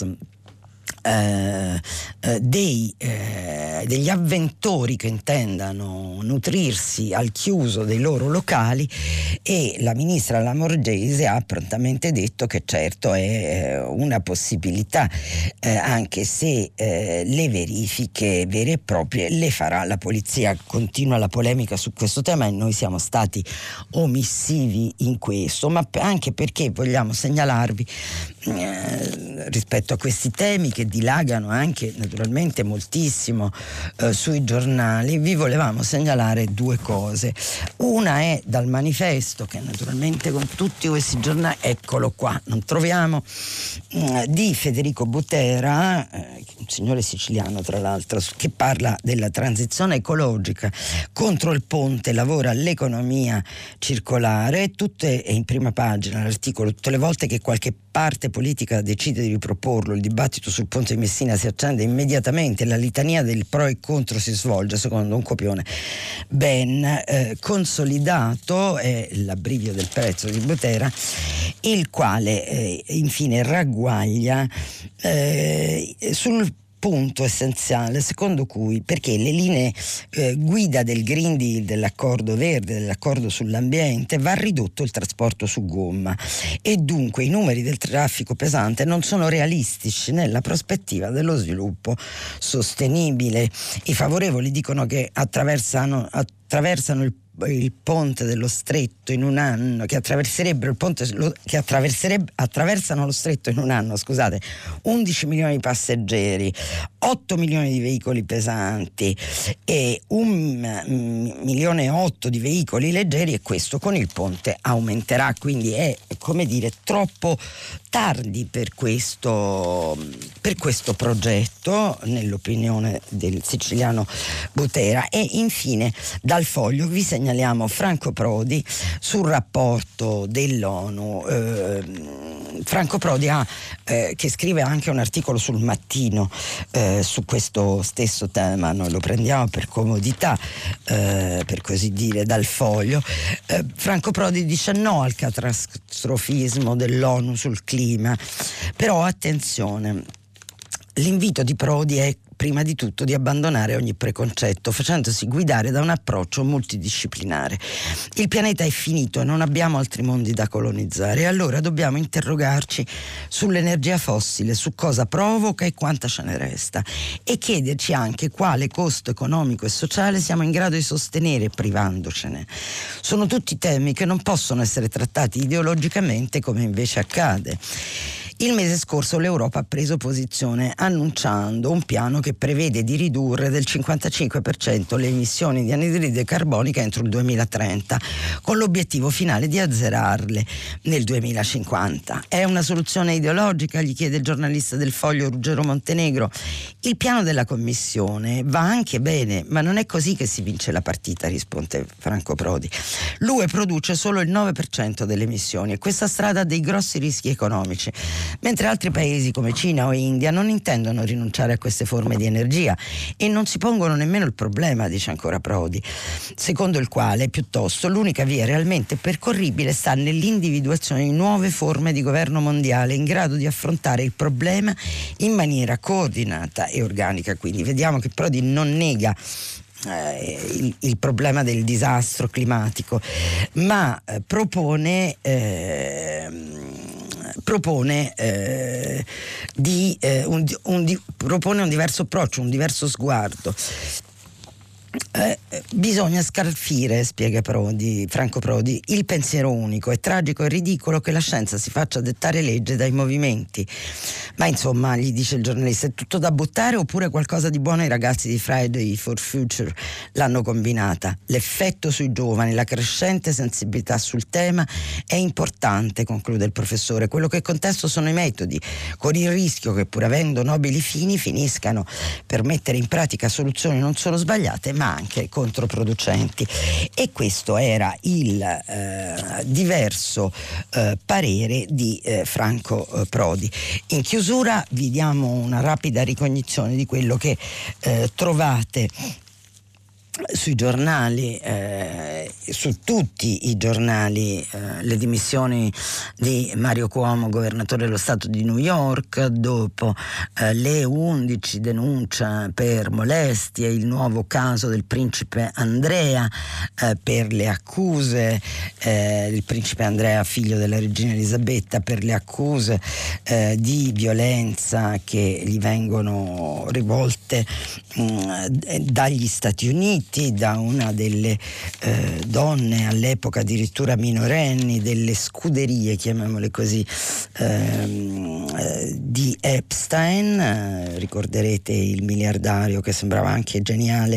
S2: degli avventori che intendano nutrirsi al chiuso dei loro locali, e la ministra Lamorgese ha prontamente detto che certo è una possibilità, anche se le verifiche vere e proprie le farà la polizia. Continua la polemica su questo tema e noi siamo stati omissivi in questo, ma anche perché vogliamo segnalarvi rispetto a questi temi che dilagano anche naturalmente moltissimo sui giornali, vi volevamo segnalare due cose. Una è dal Manifesto, che naturalmente con tutti questi giornali, eccolo qua, non troviamo, di Federico Butera, un signore siciliano tra l'altro, che parla della transizione ecologica, contro il ponte, lavora all'economia circolare. Tutte è in prima pagina l'articolo. Tutte le volte che qualche parte politica decide di riproporlo, il dibattito sul ponte di Messina si accende immediatamente, la litania del pro e contro si svolge secondo un copione ben consolidato. È l'abbrivio del prezzo di Butera, il quale infine ragguaglia sul punto essenziale secondo cui, perché le linee guida del Green Deal, dell'accordo verde, dell'accordo sull'ambiente, va ridotto il trasporto su gomma e dunque i numeri del traffico pesante non sono realistici nella prospettiva dello sviluppo sostenibile. I favorevoli dicono che attraversano il ponte dello stretto in un anno, che attraversano lo stretto in un anno, 11 milioni di passeggeri, 8 milioni di veicoli pesanti e 1,8 milioni di veicoli leggeri, e questo con il ponte aumenterà, quindi è troppo tardi per questo progetto, nell'opinione del siciliano Butera. E infine dal Foglio vi segnaliamo Franco Prodi sul rapporto dell'ONU. Franco Prodi che scrive anche un articolo sul Mattino su questo stesso tema, noi lo prendiamo per comodità, per così dire, dal Foglio. Franco Prodi dice no al catastrofismo dell'ONU sul clima, però attenzione, l'invito di Prodi è prima di tutto di abbandonare ogni preconcetto, facendosi guidare da un approccio multidisciplinare. Il pianeta è finito e non abbiamo altri mondi da colonizzare, allora dobbiamo interrogarci sull'energia fossile, su cosa provoca e quanta ce ne resta, e chiederci anche quale costo economico e sociale siamo in grado di sostenere privandocene. Sono tutti temi che non possono essere trattati ideologicamente come invece accade. Il mese scorso l'Europa ha preso posizione annunciando un piano che prevede di ridurre del 55% le emissioni di anidride carbonica entro il 2030, con l'obiettivo finale di azzerarle nel 2050. È una soluzione ideologica? Gli chiede il giornalista del Foglio Ruggero Montenegro. Il piano della Commissione va anche bene, ma non è così che si vince la partita, risponde Franco Prodi. L'UE produce solo il 9% delle emissioni e questa strada ha dei grossi rischi economici, mentre altri paesi come Cina o India non intendono rinunciare a queste forme di energia e non si pongono nemmeno il problema, dice ancora Prodi, secondo il quale piuttosto l'unica via realmente percorribile sta nell'individuazione di nuove forme di governo mondiale in grado di affrontare il problema in maniera coordinata e organica. Quindi vediamo che Prodi non nega il problema del disastro climatico, ma propone un diverso approccio, un diverso sguardo. Bisogna scalfire, spiega Franco Prodi, il pensiero unico. È tragico e ridicolo che la scienza si faccia dettare legge dai movimenti. Ma insomma, gli dice il giornalista, è tutto da buttare oppure qualcosa di buono i ragazzi di Friday for Future l'hanno combinata? L'effetto sui giovani, la crescente sensibilità sul tema è importante, conclude il professore. Quello che contesto sono i metodi, con il rischio che pur avendo nobili fini finiscano per mettere in pratica soluzioni non solo sbagliate ma anche controproducenti. E questo era il diverso parere di Franco Prodi. In chiusura vi diamo una rapida ricognizione di quello che trovate sui giornali, su tutti i giornali, le dimissioni di Mario Cuomo, governatore dello Stato di New York, dopo le 11 denunce per molestie, il nuovo caso del principe Andrea, per le accuse, il principe Andrea, figlio della regina Elisabetta, per le accuse di violenza che gli vengono rivolte dagli Stati Uniti, da una delle donne all'epoca addirittura minorenni delle scuderie, chiamiamole così, di Epstein. Ricorderete il miliardario che sembrava anche geniale,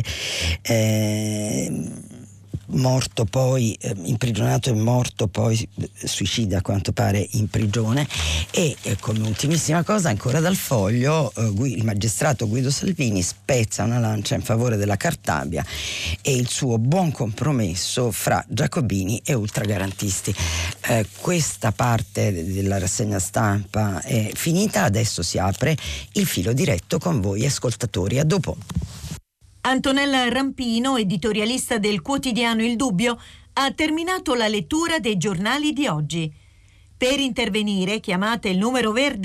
S2: morto poi, imprigionato e morto poi, suicida a quanto pare in prigione. E come ultimissima cosa ancora dal Foglio, il magistrato Guido Salvini spezza una lancia in favore della Cartabia e il suo buon compromesso fra giacobini e ultragarantisti. Questa parte della rassegna stampa è finita, adesso si apre il filo diretto con voi ascoltatori. A dopo.
S1: Antonella Rampino, editorialista del quotidiano Il Dubbio, ha terminato la lettura dei giornali di oggi. Per intervenire chiamate il numero verde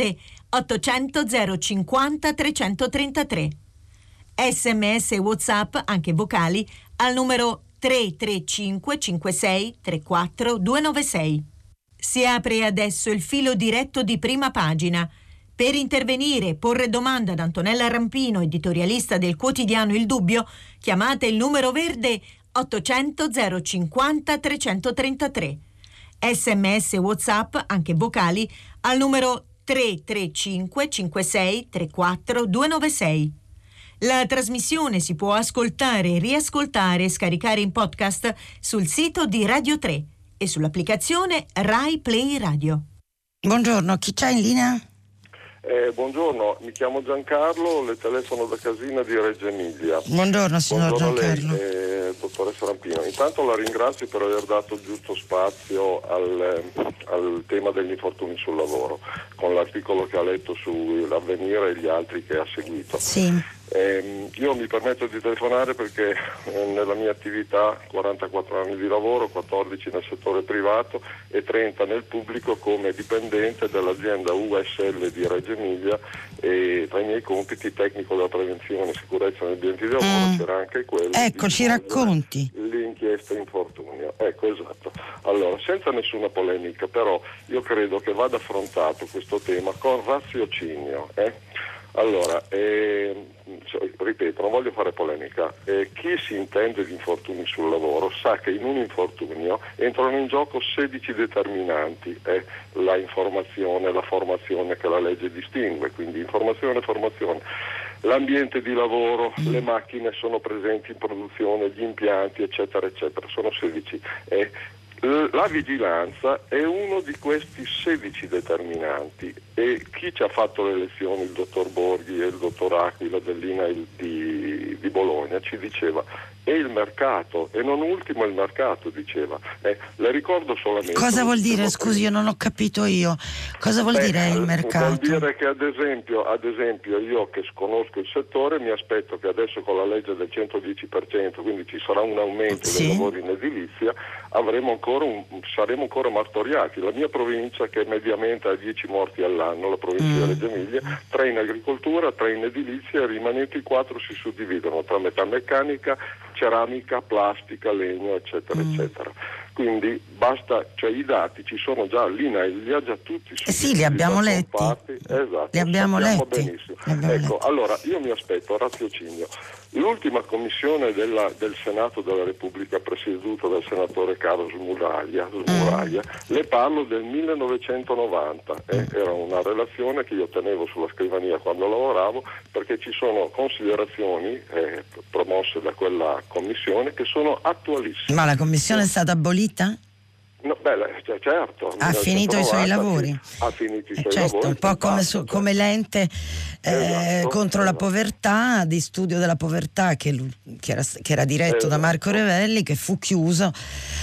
S1: 800 050 333. SMS e WhatsApp, anche vocali, al numero 335 56 34 296. Si apre adesso il filo diretto di Prima Pagina. Per intervenire e porre domanda ad Antonella Rampino, editorialista del quotidiano Il Dubbio, chiamate il numero verde 800 050 333. SMS e WhatsApp, anche vocali, al numero 335 56 34 296. La trasmissione si può ascoltare, riascoltare e scaricare in podcast sul sito di Radio 3 e sull'applicazione Rai Play Radio.
S2: Buongiorno, chi c'è in linea?
S3: Buongiorno, mi chiamo Giancarlo, le telefono da Casina di Reggio Emilia.
S2: Buongiorno signor
S3: Buongiorno
S2: Giancarlo.
S3: lei, dottoressa Rampino. Intanto la ringrazio per aver dato il giusto spazio al tema degli infortuni sul lavoro, con l'articolo che ha letto sull'Avvenire e gli altri che ha seguito.
S2: Sì.
S3: Io mi permetto di telefonare perché nella mia attività 44 anni di lavoro, 14 nel settore privato e 30 nel pubblico come dipendente dell'azienda USL di Reggio Emilia, e tra i miei compiti tecnico della prevenzione e sicurezza negli ambienti di lavoro c'era anche quello.
S2: Ecco, ci racconti.
S3: L'inchiesta infortunio. Ecco, esatto. Allora, senza nessuna polemica, però io credo che vada affrontato questo tema con raziocinio. Allora, ripeto, non voglio fare polemica, chi si intende di infortuni sul lavoro sa che in un infortunio entrano in gioco 16 determinanti, la informazione, la formazione che la legge distingue, quindi informazione e formazione, l'ambiente di lavoro, le macchine sono presenti in produzione, gli impianti, eccetera, eccetera, sono 16. La vigilanza è uno di questi 16 determinanti, e chi ci ha fatto le lezioni, il dottor Borghi e il dottor Aquila dell'INAIL di Bologna, ci diceva è il mercato, e non ultimo il mercato, diceva. Le ricordo solamente...
S2: Cosa vuol dire, scusi, io non ho capito io. Cosa vuol dire il mercato?
S3: Vuol dire che ad esempio io che conosco il settore mi aspetto che adesso con la legge del 110%, quindi ci sarà un aumento dei lavori in edilizia, saremo ancora martoriati. La mia provincia, che mediamente ha 10 morti all'anno, la provincia di Reggio Emilia, 3 in agricoltura, 3 in edilizia, e i rimanenti 4 si suddividono tra metalmeccanica, ceramica, plastica, legno, eccetera, eccetera. Quindi basta, cioè i dati ci sono già, l'INAIL li ha già tutti.
S2: Sì, li abbiamo letti.
S3: Esatto,
S2: li abbiamo letti.
S3: Benissimo.
S2: Letti.
S3: Allora io mi aspetto, raziocinio. L'ultima commissione del Senato della Repubblica, presieduta dal senatore Carlo Smuraglia, le parlo del 1990, era una relazione che io tenevo sulla scrivania quando lavoravo, perché ci sono considerazioni promosse da quella commissione che sono attualissime.
S2: Ma la commissione è stata abolita?
S3: No, certo.
S2: Ha finito i suoi lavori.
S3: Ha finito i suoi
S2: certo,
S3: lavori.
S2: Un po' come l'ente contro la povertà, di studio della povertà, che era diretto da Marco Revelli, che fu chiuso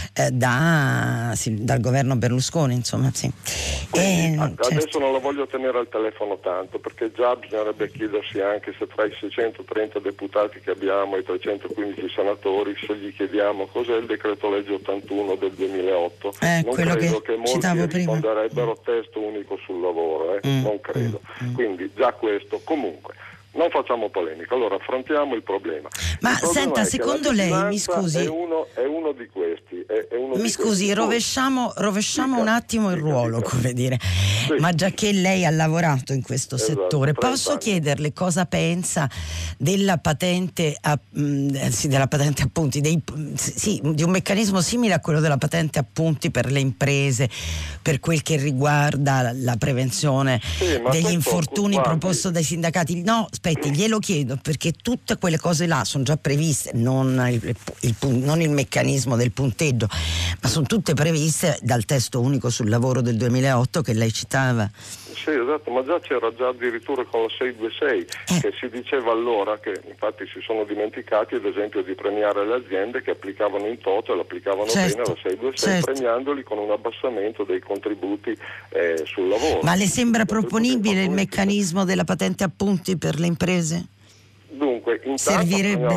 S2: dal governo Berlusconi, insomma. Sì.
S3: Adesso non la voglio tenere al telefono tanto, perché già bisognerebbe chiedersi anche se tra i 630 deputati che abbiamo e i 315 senatori, se gli chiediamo cos'è il decreto legge 81 del 2008, non credo che molti risponderebbero testo unico sul lavoro, non credo. Quindi già questo, comunque non facciamo polemica, allora affrontiamo il problema.
S2: Ma senta, secondo lei, mi scusi,
S3: è uno di questi.
S2: Mi scusi, rovesciamo un attimo il ruolo, come dire. Sì. Ma già che lei ha lavorato in questo settore, posso chiederle cosa pensa della patente appunti, di un meccanismo simile a quello della patente appunti per le imprese, per quel che riguarda la prevenzione degli infortuni proposto dai sindacati? No, aspetti, glielo chiedo perché tutte quelle cose là sono già previste, non il meccanismo del punteggio, ma sono tutte previste dal testo unico sul lavoro del 2008 che lei citava.
S3: Sì, esatto, ma c'era addirittura con la 626 che si diceva allora, che infatti si sono dimenticati ad esempio di premiare le aziende che applicavano in toto e l'applicavano bene alla 626, premiandoli con un abbassamento dei contributi sul lavoro.
S2: Ma le sembra proponibile il meccanismo della patente appunti per le imprese?
S3: Dunque, intanto
S2: servirebbe?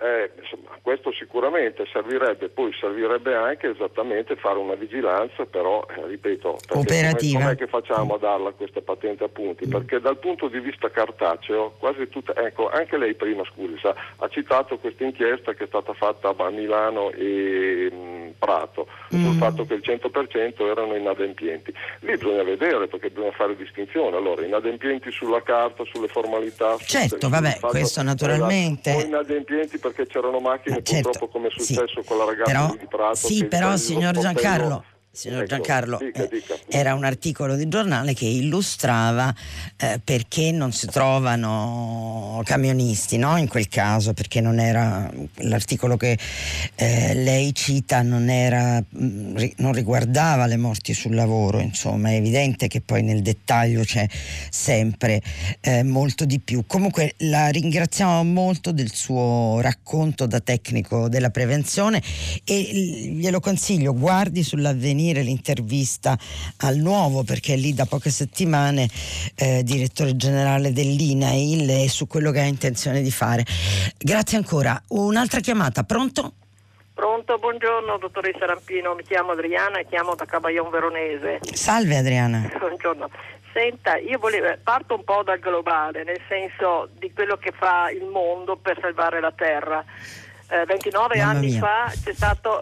S3: Insomma, questo sicuramente servirebbe anche esattamente fare una vigilanza, però ripeto,
S2: operativa.
S3: Com'è che facciamo a darla questa patente a punti? Perché dal punto di vista cartaceo quasi tutta, ecco, anche lei prima ha citato questa inchiesta che è stata fatta a Milano e Prato sul fatto che il 100% erano inadempienti. Lì bisogna vedere, perché bisogna fare distinzione. Allora, inadempienti sulla carta, sulle formalità,
S2: certo, vabbè, questo naturalmente,
S3: o inadempienti perché c'erano macchine,
S2: certo,
S3: purtroppo, come è successo con la ragazza
S2: però,
S3: di Prato.
S2: sì, però signor Giancarlo,
S3: dica.
S2: Era un articolo di giornale che illustrava perché non si trovano camionisti, no? In quel caso, perché non era l'articolo che lei cita, non riguardava le morti sul lavoro. Insomma, è evidente che poi nel dettaglio c'è sempre molto di più. Comunque la ringraziamo molto del suo racconto da tecnico della prevenzione e glielo consiglio, guardi sull'Avvenire l'intervista al Nuovo, perché è lì da poche settimane direttore generale dell'INAIL, e su quello che ha intenzione di fare. Grazie ancora. Un'altra chiamata, pronto?
S4: Pronto, buongiorno dottoressa Rampino, mi chiamo Adriana e chiamo da Cabaion Veronese.
S2: Salve Adriana.
S4: Buongiorno. Senta, io parto un po' dal globale, nel senso di quello che fa il mondo per salvare la terra. 29 anni fa c'è stato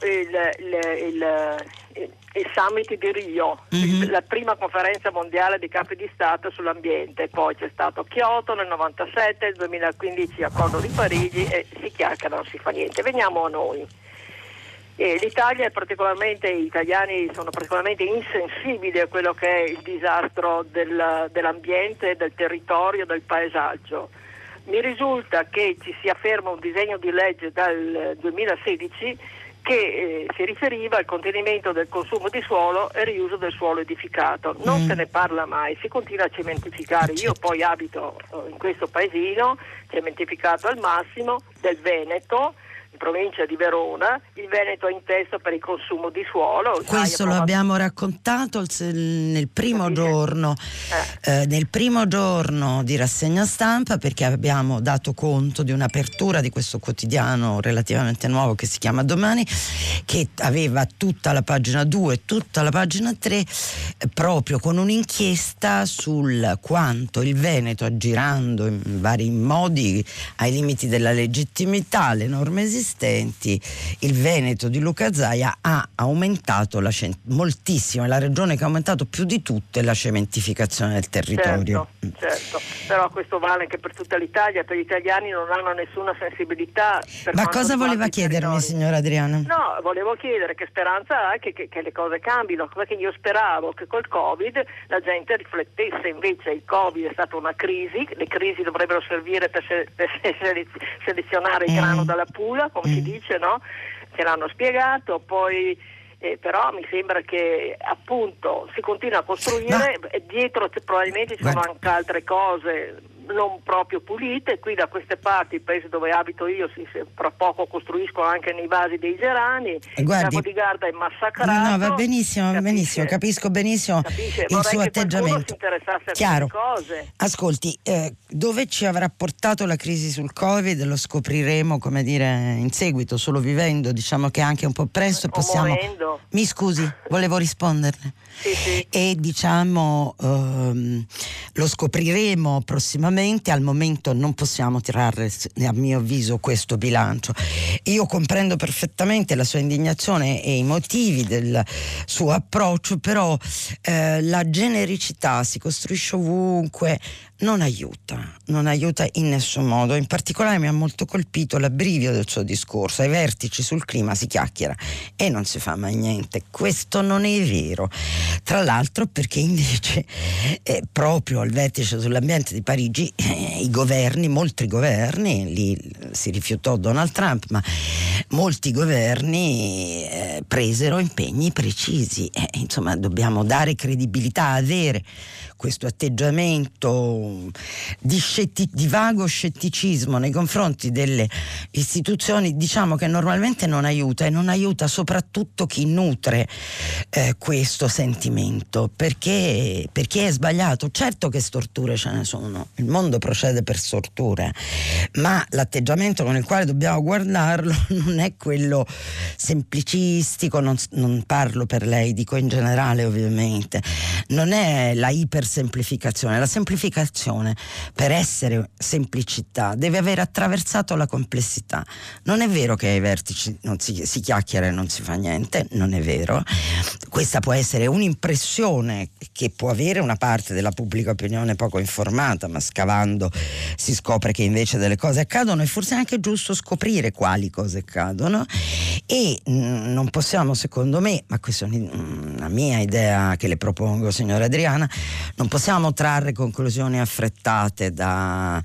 S4: il summit di Rio, la prima conferenza mondiale dei capi di Stato sull'ambiente, poi c'è stato Kyoto nel 97, nel 2015 accordo di Parigi, e si chiacchiera, non si fa niente. Veniamo a noi. L'Italia gli italiani sono particolarmente insensibili a quello che è il disastro dell'ambiente, del territorio, del paesaggio. Mi risulta che ci sia fermo un disegno di legge dal 2016 che si riferiva al contenimento del consumo di suolo e riuso del suolo edificato. Non se ne parla mai, si continua a cementificare. Io poi abito in questo paesino, cementificato al massimo, del Veneto, in provincia di Verona. Il Veneto è in testa per il consumo di suolo.
S2: Questo lo abbiamo raccontato nel primo giorno di rassegna stampa, perché abbiamo dato conto di un'apertura di questo quotidiano relativamente nuovo che si chiama Domani, che aveva tutta la pagina 2 e tutta la pagina 3 proprio con un'inchiesta sul quanto il Veneto, aggirando in vari modi ai limiti della legittimità le norme esistenti, il Veneto di Luca Zaia ha aumentato moltissimo, è la regione che ha aumentato più di tutte la cementificazione del territorio.
S4: Certo, però questo vale anche per tutta l'Italia, per gli italiani non hanno nessuna sensibilità.
S2: Ma cosa voleva chiedermi, signora Adriana?
S4: No, volevo chiedere che speranza ha che le cose cambino, perché io speravo che col Covid la gente riflettesse. Invece il Covid è stata una crisi, le crisi dovrebbero servire per selezionare il grano dalla pula, come si dice, no? Che l'hanno spiegato, poi però mi sembra che appunto si continua a costruire, e dietro probabilmente ci sono anche altre cose non proprio pulite. Qui da queste parti, il paese dove abito io, fra poco costruiscono anche nei vasi dei gerani.
S2: Guardi,
S4: il Garda è massacrato.
S2: No, va benissimo, capisco benissimo il suo atteggiamento. Chiaro.
S4: Cose.
S2: Ascolti, dove ci avrà portato la crisi sul Covid lo scopriremo, come dire, in seguito, solo vivendo. Diciamo che anche un po' presto possiamo.
S4: Morendo.
S2: Mi scusi, volevo risponderle.
S4: Sì.
S2: E diciamo lo scopriremo prossimamente. Al momento non possiamo tirare, a mio avviso, questo bilancio. Io comprendo perfettamente la sua indignazione e i motivi del suo approccio, però la genericità si costruisce ovunque, non aiuta in nessun modo. In particolare mi ha molto colpito l'abbrivio del suo discorso. Ai vertici sul clima si chiacchiera e non si fa mai niente. Questo non è vero, tra l'altro, perché invece proprio al vertice sull'ambiente di Parigi molti governi, lì si rifiutò Donald Trump, ma molti governi presero impegni precisi. Insomma, dobbiamo dare credibilità, avere questo atteggiamento di vago scetticismo nei confronti delle istituzioni, diciamo, che normalmente non aiuta, e non aiuta soprattutto chi nutre questo sentimento, perché è sbagliato. Certo che storture ce ne sono, il mondo procede per sorture, ma l'atteggiamento con il quale dobbiamo guardarlo non è quello semplicistico, non parlo per lei, dico in generale ovviamente, non è la ipersemplificazione. La semplificazione, per essere semplicità, deve aver attraversato la complessità. Non è vero che ai vertici non si chiacchiera e non si fa niente, non è vero. Questa può essere un'impressione che può avere una parte della pubblica opinione poco informata, ma scavando si scopre che invece delle cose accadono, e forse è anche giusto scoprire quali cose accadono, e non possiamo, secondo me, ma questa è una mia idea che le propongo, signora Adriana, non possiamo trarre conclusioni affrettate da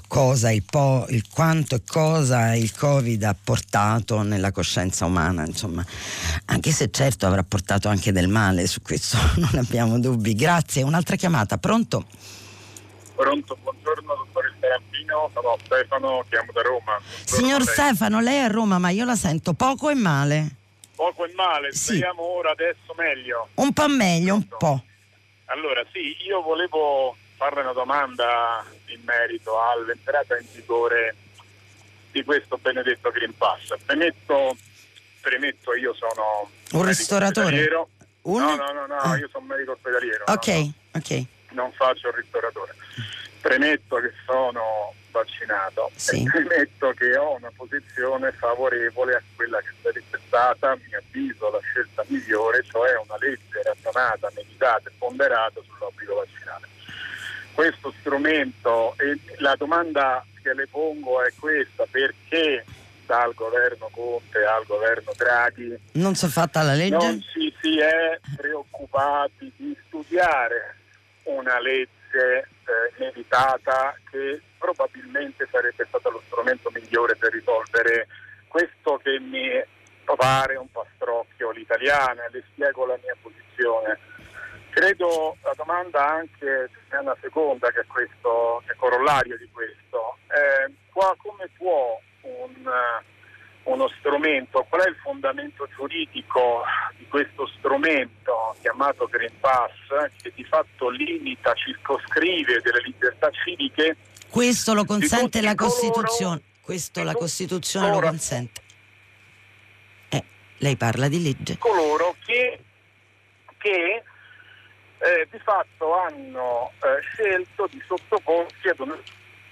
S2: il quanto e cosa il Covid ha portato nella coscienza umana, insomma, anche se certo avrà portato anche del male, su questo non abbiamo dubbi. Grazie. Un'altra chiamata. Pronto?
S5: Pronto, buongiorno dottore Rampino, sono Stefano, chiamo da Roma. Buongiorno.
S2: Signor Stefano, lei è a Roma, ma io la sento poco e male.
S5: Poco e male,
S2: sì.
S5: Speriamo ora adesso meglio.
S2: Un po' meglio, un po'.
S5: Allora sì, io volevo farle una domanda in merito all'entrata in vigore di questo benedetto Green Pass. Premetto, io sono
S2: un ristoratore.
S5: No, io sono medico ospedaliero.
S2: Ok.
S5: Non faccio il ristoratore. Premetto che sono vaccinato,
S2: sì.
S5: E premetto che ho una posizione favorevole a quella che sarebbe stata, a mio avviso, la scelta migliore, cioè una legge ragionata, meditata e ponderata sull'obbligo vaccinale. Questo strumento, e la domanda che le pongo è questa: perché dal governo Conte al governo Draghi
S2: non si è fatta la legge?
S5: Non si è preoccupati di studiare una legge meditata che probabilmente sarebbe stato lo strumento migliore per risolvere questo che mi pare un pastrocchio all'italiana. Le spiego la mia posizione. Credo la domanda anche è una seconda che è corollario di questo. Come può uno strumento, qual è il fondamento giuridico di questo strumento chiamato Green Pass, che di fatto limita, circoscrive delle libertà civiche?
S2: Questo lo consente la Costituzione. Questo la Costituzione lo consente. Lei parla di legge.
S5: Coloro che di fatto hanno scelto di sottoporsi ad una...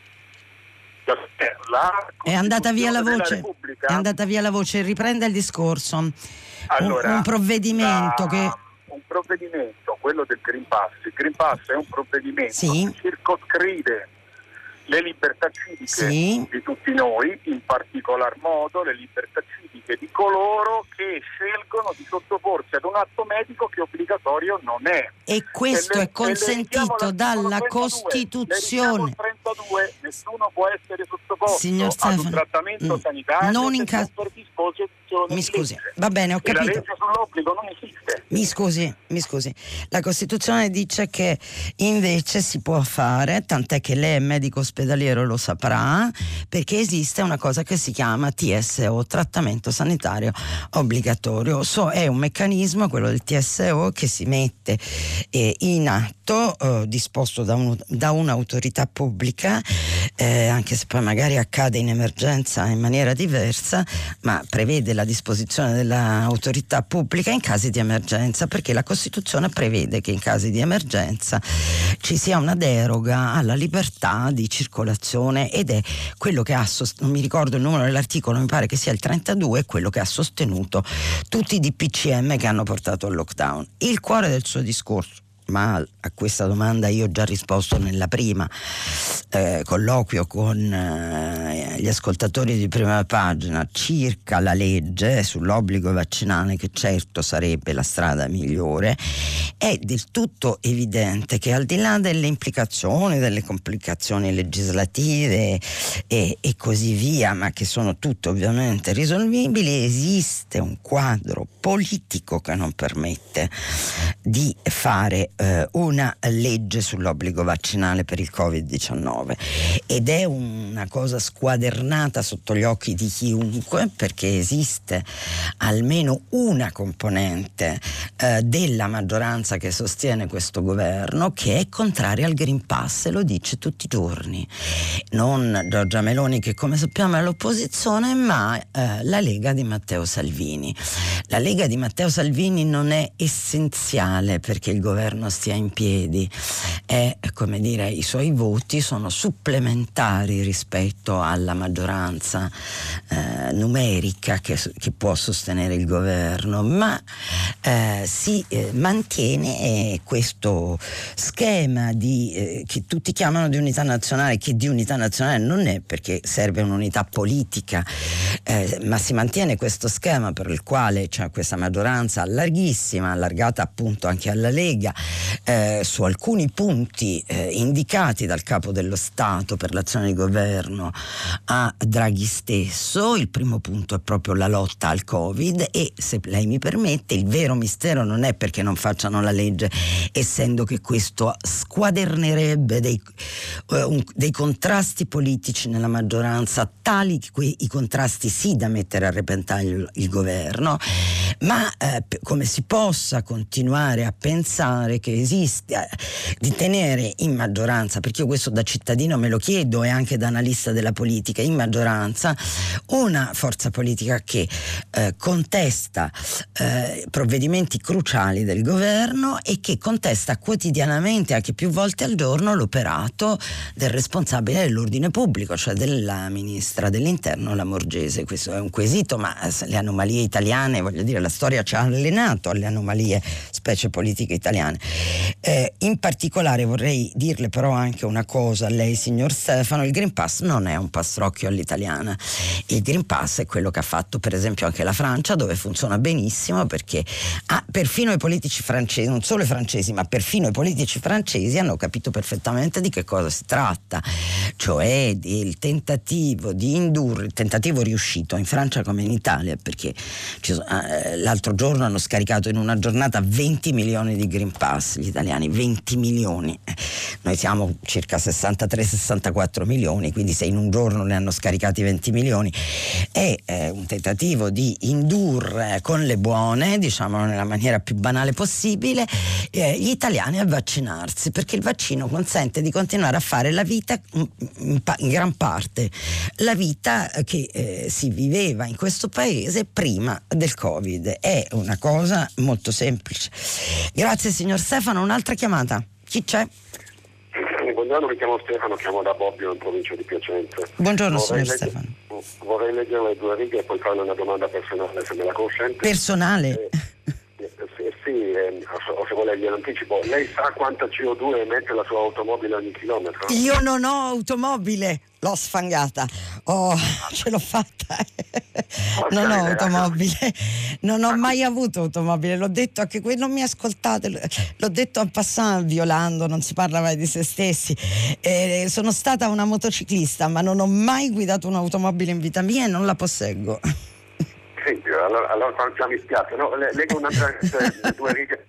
S2: È andata via la voce, riprenda il discorso.
S5: Allora,
S2: un provvedimento
S5: quello del Green Pass. Il Green Pass è un provvedimento che circoscrive le libertà civiche di tutti noi, in particolar modo le libertà civiche di coloro che scelgono di sottoporsi ad un atto medico che obbligatorio non è.
S2: E questo è consentito dalla Costituzione.
S5: 32, nessuno può essere sottoposto
S2: Signor
S5: ad un trattamento sanitario
S2: non in caso.
S5: Per disposizione.
S2: Mi scusi, va bene, ho capito.
S5: La legge sull'obbligo non esiste.
S2: Mi scusi. La Costituzione dice che invece si può fare, tant'è che lei è medico ospedaliero, lo saprà, perché esiste una cosa che si chiama TSO, trattamento sanitario obbligatorio. È un meccanismo, quello del TSO, che si mette in atto, disposto da un'autorità pubblica, anche se poi magari accade in emergenza in maniera diversa, ma prevede la disposizione dell'autorità pubblica in casi di emergenza, perché la Costituzione prevede che in casi di emergenza ci sia una deroga alla libertà di circolazione, ed è quello che non mi ricordo il numero dell'articolo, mi pare che sia il 32, quello che ha sostenuto tutti i DPCM che hanno portato al lockdown. Il cuore del suo discorso, ma a questa domanda io ho già risposto nella prima colloquio con gli ascoltatori di Prima Pagina circa la legge sull'obbligo vaccinale, che certo sarebbe la strada migliore, è del tutto evidente che al di là delle implicazioni, delle complicazioni legislative e così via, ma che sono tutte ovviamente risolvibili, esiste un quadro politico che non permette di fare una legge sull'obbligo vaccinale per il Covid-19 ed è una cosa squadernata sotto gli occhi di chiunque, perché esiste almeno una componente della maggioranza che sostiene questo governo che è contraria al Green Pass e lo dice tutti i giorni. Non Giorgia Meloni, che come sappiamo è all'opposizione, ma la Lega di Matteo Salvini. La Lega di Matteo Salvini non è essenziale perché il governo stia in piedi, è, come dire, i suoi voti sono supplementari rispetto alla maggioranza numerica che può sostenere il governo, ma si mantiene questo schema che tutti chiamano di unità nazionale, che di unità nazionale non è, perché serve un'unità politica, ma si mantiene questo schema per il quale c'è questa maggioranza larghissima, allargata appunto anche alla Lega, su alcuni punti indicati dal Capo dello Stato per l'azione di governo a Draghi stesso. Il primo punto è proprio la lotta al Covid e, se lei mi permette, il vero mistero non è perché non facciano la legge, essendo che questo squadernerebbe dei contrasti politici nella maggioranza, tali i contrasti sì da mettere a repentaglio il governo, ma come si possa continuare a pensare che esiste di tenere in maggioranza, perché io questo da cittadino me lo chiedo e anche da analista della politica, in maggioranza una forza politica che contesta provvedimenti cruciali del governo e che contesta quotidianamente, anche più volte al giorno, l'operato del responsabile dell'ordine pubblico, cioè della ministra dell'interno Lamorgese. Questo è un quesito, ma le anomalie italiane, voglio dire, la storia ci ha allenato alle anomalie, specie politiche italiane. In particolare vorrei dirle però anche una cosa a lei, signor Stefano: il Green Pass non è un pastrocchio all'italiana. Il Green Pass è quello che ha fatto per esempio anche la Francia, dove funziona benissimo, perché perfino i politici francesi, non solo i francesi ma perfino i politici francesi hanno capito perfettamente di che cosa si tratta, cioè del tentativo di indurre, il tentativo riuscito in Francia come in Italia, perché l'altro giorno hanno scaricato in una giornata 20 milioni di Green Pass gli italiani, 20 milioni, noi siamo circa 63-64 milioni, quindi se in un giorno ne hanno scaricati 20 milioni è un tentativo di indurre con le buone, diciamolo nella maniera più banale possibile, gli italiani a vaccinarsi, perché il vaccino consente di continuare a fare la vita, in gran parte la vita che si viveva in questo paese prima del Covid. È una cosa molto semplice. Grazie signor Stefano. Un'altra chiamata, chi c'è?
S3: Buongiorno, mi chiamo Stefano, chiamo da Bobbio in provincia di Piacenza.
S2: Buongiorno signor Stefano.
S3: Vorrei leggere le 2 righe e poi farle una domanda personale, se me la consente.
S2: Personale?
S3: Sì, o se vuole glielo anticipo. Lei sa quanta CO2 emette la sua automobile ogni chilometro?
S2: Io non ho automobile, l'ho sfangata. Ce l'ho fatta. Non ho automobile, non ho mai avuto automobile, l'ho detto anche qui, non mi ascoltate, l'ho detto en passant, violando, non si parla mai di se stessi. Sono stata una motociclista, ma non ho mai guidato un'automobile in vita mia e non la posseggo.
S3: Sì, allora già mi spiace, no? Leggo un'altra 2 righe,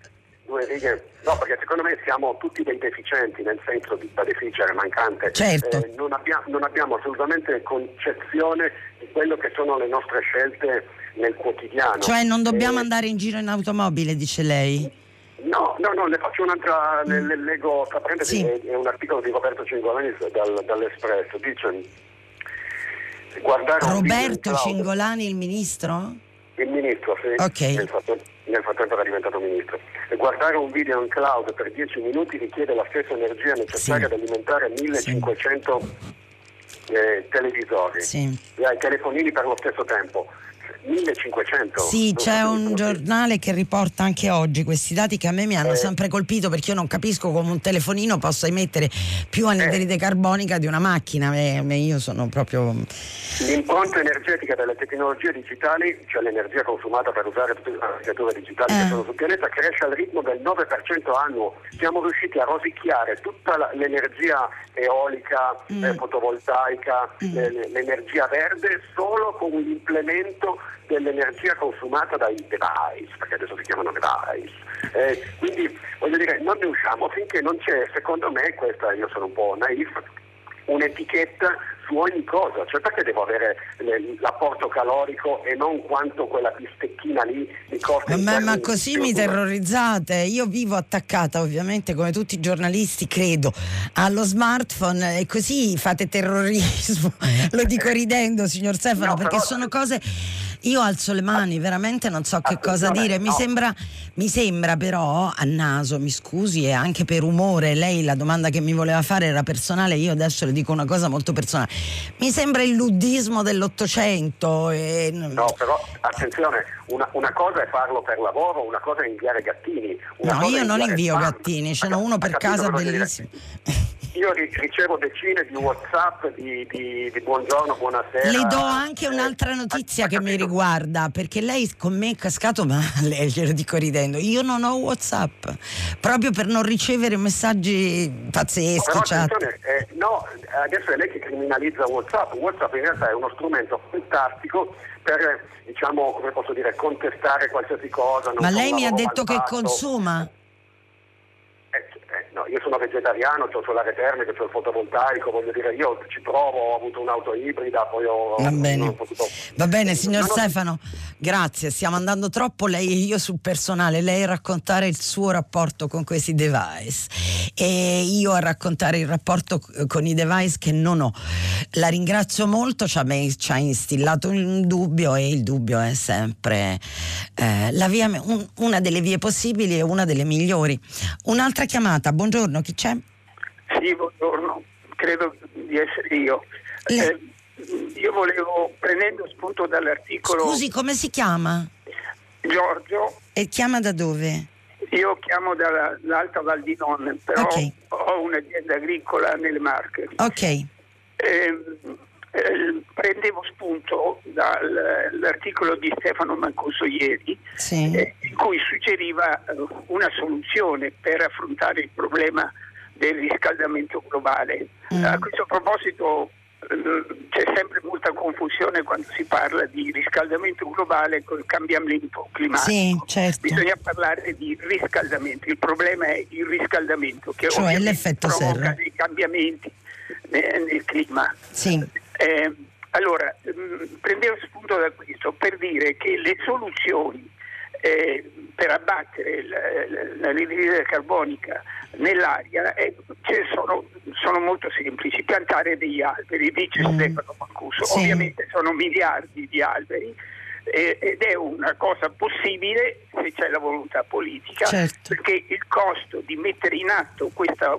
S3: no, perché secondo me siamo tutti dei deficienti, nel senso di da deficiere, mancante.
S2: Certo.
S3: Non abbiamo assolutamente concezione di quello che sono le nostre scelte nel quotidiano.
S2: Cioè non dobbiamo andare in giro in automobile, dice lei?
S3: No, le faccio un'altra, leggo, tra parentesi, sì. È un articolo di Roberto Cingolani dall'Espresso, dice...
S2: Roberto Cingolani, il ministro?
S3: Il ministro, sì.
S2: Okay.
S3: Nel frattempo era diventato ministro. Guardare un video in cloud per 10 minuti richiede la stessa energia necessaria ad alimentare 1500 televisori, telefonini per lo stesso tempo. 1500.
S2: Sì, c'è un giornale che riporta anche oggi questi dati che a me mi hanno sempre colpito, perché io non capisco come un telefonino possa emettere più anidride carbonica di una macchina. Io sono proprio...
S3: L'impronta energetica delle tecnologie digitali, cioè l'energia consumata per usare tutte le applicazioni digitali che sono sul pianeta, cresce al ritmo del 9% annuo. Siamo riusciti a rosicchiare tutta l'energia eolica, fotovoltaica, l'energia verde solo con l'implemento
S6: dell'energia consumata dai device, perché adesso si chiamano device. Quindi voglio dire, non ne usciamo finché non c'è, secondo me, questa, io sono un po' naif, un'etichetta su ogni cosa, cioè perché devo avere l'apporto calorico e non quanto quella bistecchina lì mi costa.
S2: Ma così mi terrorizzate, io vivo attaccata ovviamente come tutti i giornalisti credo allo smartphone e così fate terrorismo, lo dico ridendo signor Stefano, perché sono cose, io alzo le mani, veramente non so che cosa dire, mi sembra però a naso, mi scusi, e anche per umore, lei la domanda che mi voleva fare era personale, io adesso le dico una cosa molto personale, mi sembra il luddismo dell'Ottocento.
S6: No, però attenzione, una cosa è farlo per lavoro, una cosa è inviare gattini.
S2: No, io non invio gattini, ce n'ho uno per casa bellissimo.
S6: Io ricevo decine di WhatsApp di buongiorno, buonasera.
S2: Le do anche un'altra notizia che mi riguarda, perché lei con me è cascato male, glielo dico ridendo. Io non ho WhatsApp, proprio per non ricevere messaggi pazzeschi.
S6: No, adesso è lei che criminalizza WhatsApp. WhatsApp in realtà è uno strumento fantastico per, diciamo, come posso dire, contestare qualsiasi cosa.
S2: Ma lei mi ha detto che consuma?
S6: No, io sono vegetariano, ho il solare termico, ho il fotovoltaico, voglio dire, io ci provo, ho avuto un'auto ibrida, poi
S2: Va bene, signor Stefano, grazie, stiamo andando troppo lei e io sul personale, lei a raccontare il suo rapporto con questi device e io a raccontare il rapporto con i device che non ho. La ringrazio molto, ci ha instillato un dubbio e il dubbio è sempre una delle vie possibili e una delle migliori. Un'altra chiamata, buongiorno, chi c'è?
S7: Sì, buongiorno, credo di essere io. Io volevo, prendendo spunto dall'articolo...
S2: Scusi, come si chiama?
S7: Giorgio.
S2: E chiama da dove?
S7: Io chiamo dall'Alta Val di Non, però ho un'azienda agricola nelle Marche.
S2: Ok.
S7: Prendevo spunto dall'articolo di Stefano Mancuso ieri, in cui suggeriva una soluzione per affrontare il problema del riscaldamento globale. A questo proposito c'è sempre molta confusione quando si parla di riscaldamento globale col cambiamento climatico.
S2: Sì, certo.
S7: Bisogna parlare di riscaldamento, il problema è il riscaldamento che
S2: cioè l'effetto
S7: provoca
S2: serra.
S7: dei cambiamenti nel clima.
S2: Sì.
S7: Allora, prendevo spunto da questo per dire che le soluzioni per abbattere l'anidride carbonica nell'aria sono molto semplici. Piantare degli alberi, dice Stefano Mancuso.
S2: Sì.
S7: Ovviamente sono miliardi di alberi ed è una cosa possibile se c'è la volontà politica, perché il costo di mettere in atto questa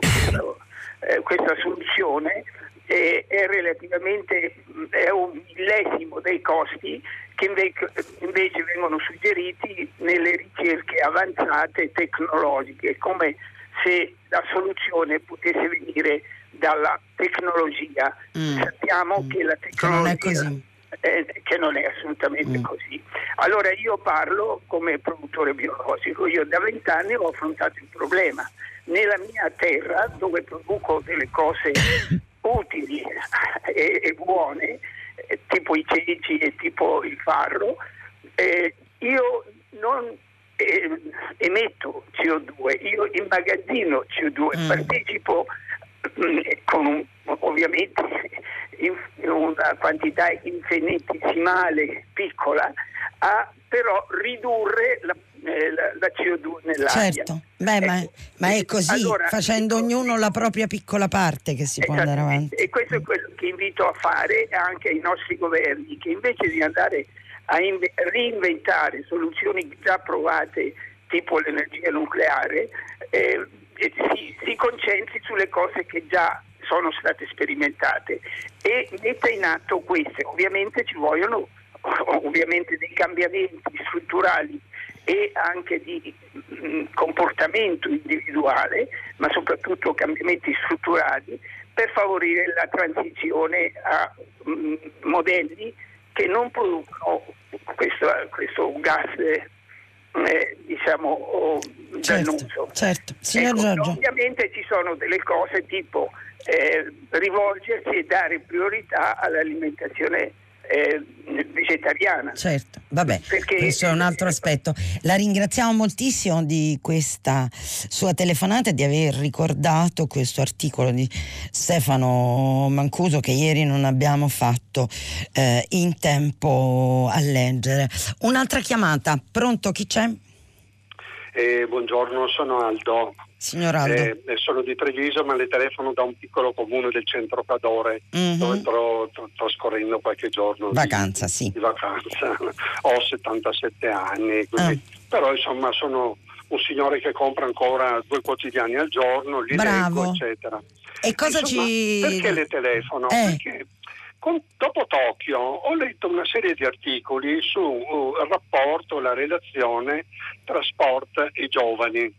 S7: soluzione è relativamente un millesimo dei costi che invece vengono suggeriti nelle ricerche avanzate tecnologiche, come se la soluzione potesse venire dalla tecnologia. Sappiamo che la tecnologia
S2: non è così.
S7: Che non è assolutamente così. Allora io parlo come produttore biologico, io da 20 anni ho affrontato il problema. Nella mia terra, dove produco delle cose utili e buone, tipo i ceci e tipo il farro, io non emetto CO2, io immagazzino CO2, partecipo ovviamente in una quantità infinitesimale piccola a però ridurre la CO2 nell'aria.
S2: Certo, ma è così, allora, facendo ognuno la propria piccola parte che si può andare avanti.
S7: E questo è quello che invito a fare anche ai nostri governi, che invece di andare a reinventare soluzioni già provate tipo l'energia nucleare, si concentri sulle cose che già sono state sperimentate e metta in atto queste. Ovviamente ci vogliono dei cambiamenti strutturali e anche di comportamento individuale, ma soprattutto cambiamenti strutturali per favorire la transizione a modelli che non producono questo gas dannoso.
S2: Certo. Signor Giorgio.
S7: Ovviamente ci sono delle cose tipo rivolgersi e dare priorità all'alimentazione vegetariana.
S2: Certo, vabbè,
S7: Perché,
S2: questo è un altro aspetto. La ringraziamo moltissimo di questa sua telefonata e di aver ricordato questo articolo di Stefano Mancuso che ieri non abbiamo fatto in tempo a leggere. Un'altra chiamata, pronto, chi c'è?
S8: Buongiorno, sono Aldo.
S2: Signor Aldo.
S8: Sono di Treviso, ma le telefono da un piccolo comune del centro Cadore, dove sto trascorrendo qualche giorno
S2: vacanza,
S8: di vacanza. Ho 77 anni, quindi, però insomma sono un signore che compra ancora 2 quotidiani al giorno, li leggo, eccetera.
S2: E cosa
S8: insomma, perché le telefono? Perché dopo Tokyo ho letto una serie di articoli sul rapporto, la relazione tra sport e giovani.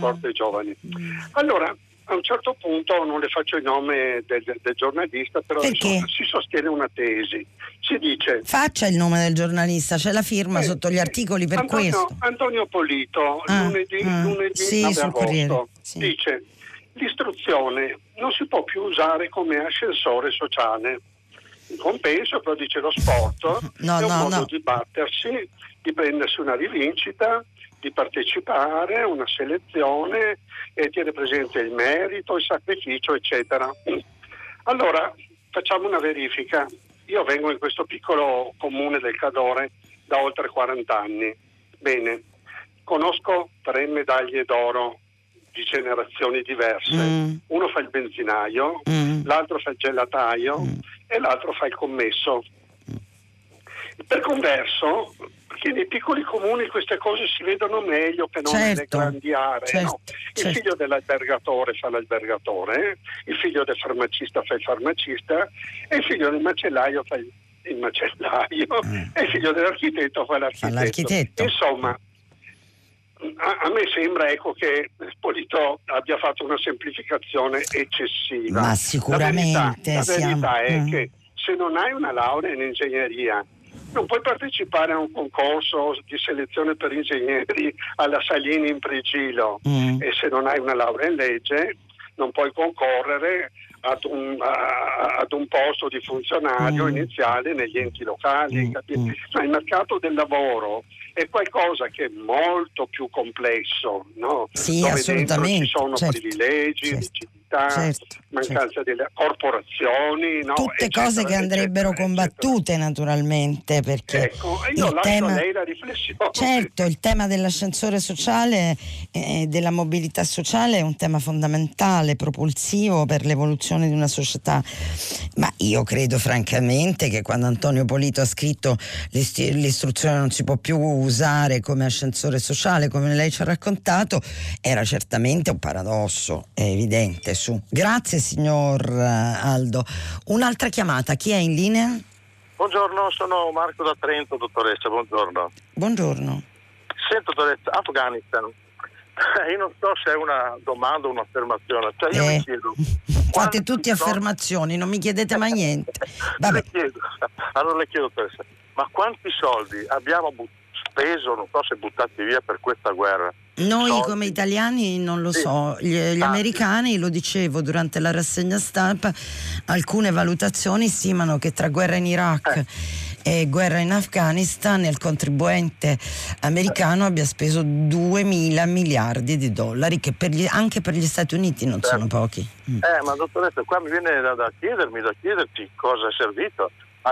S8: Allora, a un certo punto, non le faccio il nome del giornalista, però insomma, si sostiene una tesi. Si dice...
S2: Faccia il nome del giornalista, c'è la firma sotto gli articoli per questo.
S8: Antonio Polito, lunedì 9 agosto, dice: l'istruzione non si può più usare come ascensore sociale. In compenso, però, dice, lo sport è un modo di battersi, di prendersi una rivincita, di partecipare a una selezione e tiene presente il merito, il sacrificio, eccetera. Allora, facciamo una verifica. Io vengo in questo piccolo comune del Cadore da oltre 40 anni. Bene, conosco 3 medaglie d'oro di generazioni diverse. Uno fa il benzinaio, l'altro fa il gelataio e l'altro fa il commesso. Per converso, perché nei piccoli comuni queste cose si vedono meglio che non nelle grandi aree. No? Il figlio dell'albergatore fa l'albergatore, il figlio del farmacista fa il farmacista e il figlio del macellaio fa il macellaio e il figlio dell'architetto fa l'architetto. Insomma, a me sembra che Polito abbia fatto una semplificazione eccessiva.
S2: Ma sicuramente
S8: la verità è che se non hai una laurea in ingegneria non puoi partecipare a un concorso di selezione per ingegneri alla Salini in Prigilo e se non hai una laurea in legge non puoi concorrere ad un posto di funzionario iniziale negli enti locali. Ma il mercato del lavoro è qualcosa che è molto più complesso, no?
S2: Sì,
S8: dove
S2: assolutamente.
S8: Ci sono privilegi, rigidità, mancanza delle corporazioni, no?
S2: Tutte cose che andrebbero combattute naturalmente, perché
S8: io lascio a lei la riflessione.
S2: Certo, il tema dell'ascensore sociale e della mobilità sociale è un tema fondamentale, propulsivo per l'evoluzione di una società, ma io credo francamente che quando Antonio Polito ha scritto l'istruzione non si può più usare come ascensore sociale, come lei ci ha raccontato, era certamente un paradosso, è evidente. Grazie signor Aldo. Un'altra chiamata, chi è in linea?
S9: Buongiorno, sono Marco da Trento, dottoressa, buongiorno.
S2: Buongiorno.
S9: Sento, dottoressa, Afghanistan, io non so se è una domanda o un'affermazione, cioè io mi chiedo...
S2: Fate tutte affermazioni, non mi chiedete mai niente. Vabbè.
S9: Allora le chiedo, dottoressa, ma quanti soldi abbiamo speso, non so se buttati via per questa guerra?
S2: Noi come italiani non lo so, gli americani, lo dicevo durante la rassegna stampa, alcune valutazioni stimano che tra guerra in Iraq e guerra in Afghanistan il contribuente americano abbia speso 2.000 miliardi di dollari, che anche per gli Stati Uniti non sono pochi.
S9: Ma dottoressa, qua mi viene da chiederti cosa è servito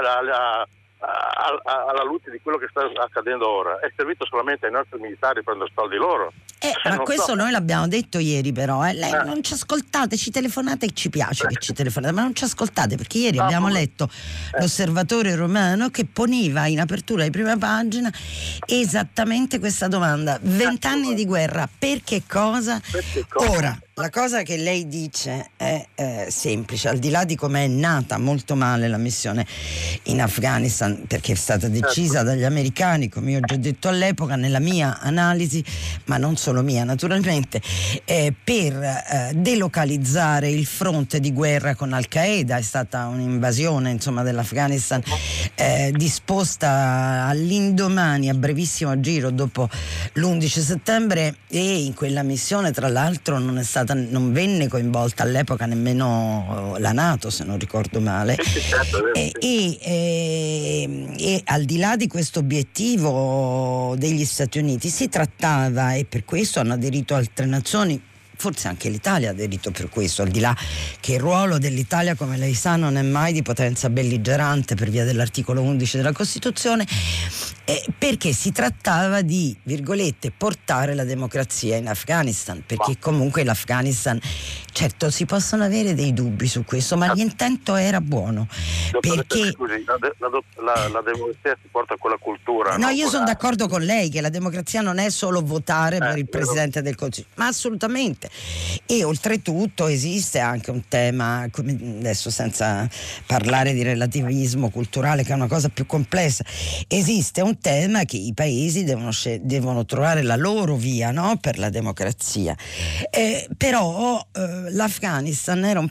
S9: alla luce di quello che sta accadendo ora. È servito solamente ai nostri militari prendere soldi loro.
S2: Ma questo noi l'abbiamo detto ieri, però lei non ci ascoltate, ci telefonate, e ci piace che ci telefonate, ma non ci ascoltate, perché ieri abbiamo letto l'Osservatore Romano che poneva in apertura di prima pagina esattamente questa domanda: 20 anni di guerra, per che cosa? Ora, la cosa che lei dice è semplice, al di là di come è nata molto male la missione in Afghanistan, perché è stata decisa dagli americani, come io ho già detto all'epoca nella mia analisi, ma non solo solo mia naturalmente, per delocalizzare il fronte di guerra con Al-Qaeda. È stata un'invasione, insomma, dell'Afghanistan disposta all'indomani, a brevissimo giro dopo l'11 settembre, e in quella missione tra l'altro non venne coinvolta all'epoca nemmeno la NATO, se non ricordo male, e al di là di questo obiettivo degli Stati Uniti si trattava, e per questo hanno aderito altre nazioni, forse anche l'Italia ha aderito per questo, al di là che il ruolo dell'Italia, come lei sa, non è mai di potenza belligerante per via dell'articolo 11 della Costituzione, perché si trattava di, virgolette, portare la democrazia in Afghanistan, perché comunque l'Afghanistan, certo si possono avere dei dubbi su questo, ma l'intento era buono. Perché
S9: scusi, la democrazia si porta con la cultura.
S2: No, io sono d'accordo con lei che la democrazia non è solo votare per il Presidente del Consiglio, ma assolutamente. E oltretutto esiste anche un tema, adesso senza parlare di relativismo culturale, che è una cosa più complessa, esiste un tema che i paesi devono trovare la loro via, no? Per la democrazia. Però l'Afghanistan era un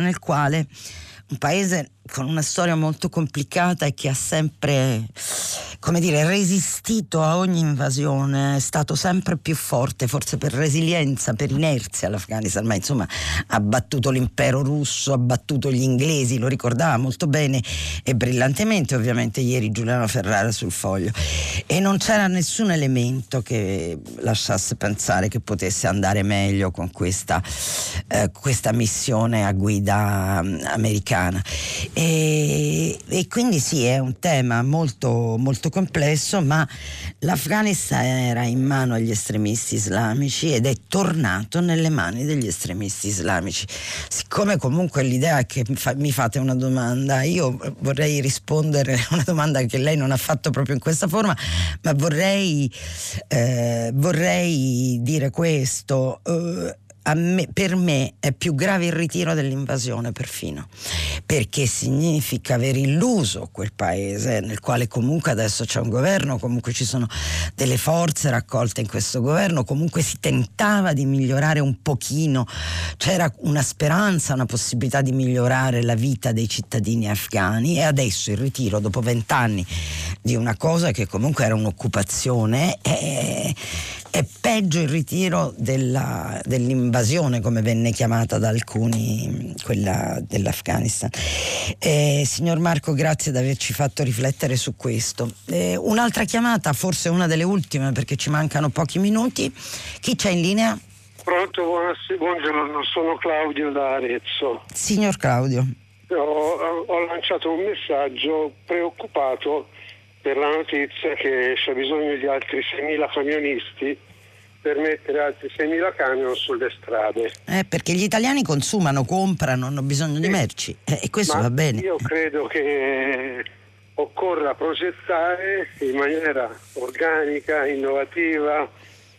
S2: paese con una storia molto complicata e che ha sempre, come dire, resistito a ogni invasione, è stato sempre più forte, forse per resilienza, per inerzia l'Afghanistan, ma insomma ha battuto l'impero russo, ha battuto gli inglesi, lo ricordava molto bene e brillantemente ovviamente ieri Giuliano Ferrara sul Foglio, e non c'era nessun elemento che lasciasse pensare che potesse andare meglio con questa missione a guida americana. E quindi sì, è un tema molto, molto complesso, ma l'Afghanistan era in mano agli estremisti islamici ed è tornato nelle mani degli estremisti islamici. Siccome comunque l'idea è che mi fate una domanda, io vorrei rispondere a una domanda che lei non ha fatto proprio in questa forma, ma vorrei dire questo. Per me è più grave il ritiro dell'invasione, perfino, perché significa aver illuso quel paese nel quale comunque adesso c'è un governo, comunque ci sono delle forze raccolte in questo governo, comunque si tentava di migliorare un pochino, c'era una speranza, una possibilità di migliorare la vita dei cittadini afghani, e adesso il ritiro dopo 20 anni di una cosa che comunque era un'occupazione è peggio il ritiro dell'invasione, come venne chiamata da alcuni, quella dell'Afghanistan. Signor Marco, grazie di averci fatto riflettere su questo. Un'altra chiamata, forse una delle ultime perché ci mancano pochi minuti. Chi c'è in linea?
S10: Pronto, buongiorno, sono Claudio da Arezzo.
S2: Signor Claudio.
S10: Ho lanciato un messaggio preoccupato per la notizia che c'è bisogno di altri 6.000 camionisti per mettere altri 6.000 camion sulle strade.
S2: Perché gli italiani consumano, comprano, hanno bisogno di merci, e questo va bene.
S10: Io credo che occorra progettare in maniera organica, innovativa,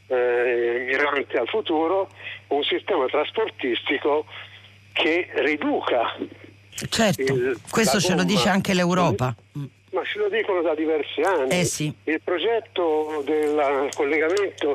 S10: mirante al futuro, un sistema trasportistico che riduca.
S2: Certo, questo ce lo dice anche l'Europa.
S10: Ma ce lo dicono da diversi anni.
S2: Sì.
S10: Il progetto del collegamento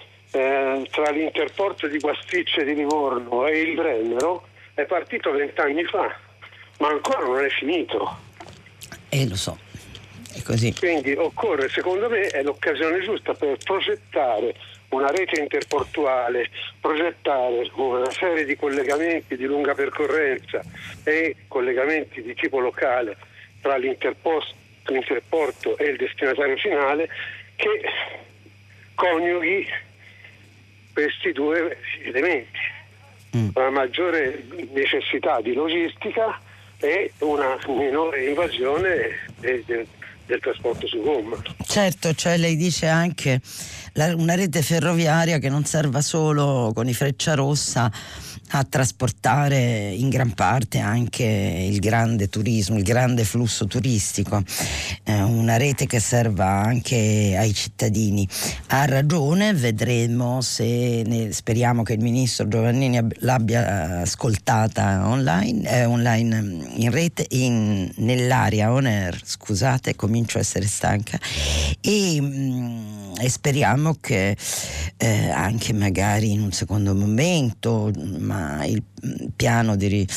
S10: tra l'Interporto di Guasticce di Livorno e il Brennero è partito 20 anni fa, ma ancora non è finito.
S2: Lo so, è così.
S10: Quindi occorre, secondo me, è l'occasione giusta per progettare una rete interportuale, progettare una serie di collegamenti di lunga percorrenza e collegamenti di tipo locale tra l'Interporto e il destinatario finale, che coniughi questi due elementi, una maggiore necessità di logistica e una minore invasione del trasporto su gomma.
S2: Certo, cioè lei dice anche una rete ferroviaria che non serva solo con i Frecciarossa a trasportare in gran parte anche il grande turismo, il grande flusso turistico, una rete che serva anche ai cittadini. Ha ragione, vedremo se speriamo che il ministro Giovannini l'abbia ascoltata online in rete, nell'area on air, scusate, comincia comincio a essere stanca e speriamo che anche magari in un secondo momento, ma il piano di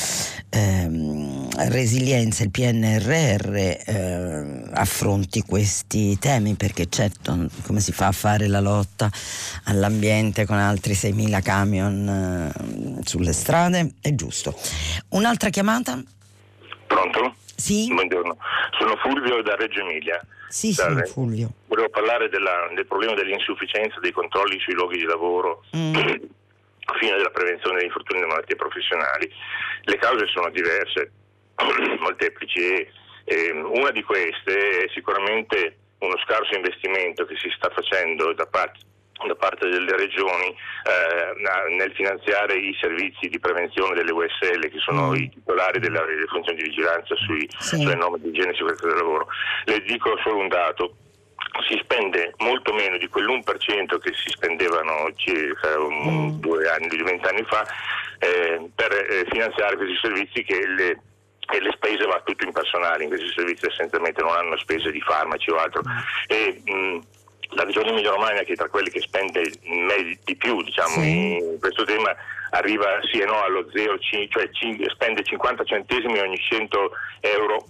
S2: resilienza, il PNRR, affronti questi temi, perché certo, come si fa a fare la lotta all'ambiente con altri 6.000 camion sulle strade? È giusto. Un'altra chiamata?
S11: Pronto?
S2: Sì.
S11: Buongiorno, sono Fulvio da Reggio Emilia.
S2: Sì, Fulvio.
S11: Volevo parlare del problema dell'insufficienza dei controlli sui luoghi di lavoro fine della prevenzione degli infortuni e delle malattie professionali. Le cause sono diverse, molteplici, e una di queste è sicuramente uno scarso investimento che si sta facendo da parte delle regioni nel finanziare i servizi di prevenzione delle USL, che sono i titolari delle funzioni di vigilanza sulle norme di igiene e sicurezza del lavoro. Le dico solo un dato: si spende molto meno di quell'1% che si spendevano circa 20 anni fa per finanziare questi servizi, e le spese va tutto in personale. In questi servizi essenzialmente non hanno spese di farmaci o altro, e la regione Emilia-Romagna, che è tra quelle che spende di più, diciamo, in questo tema, arriva sì e no allo 0,5, cioè spende 50 centesimi ogni 100 euro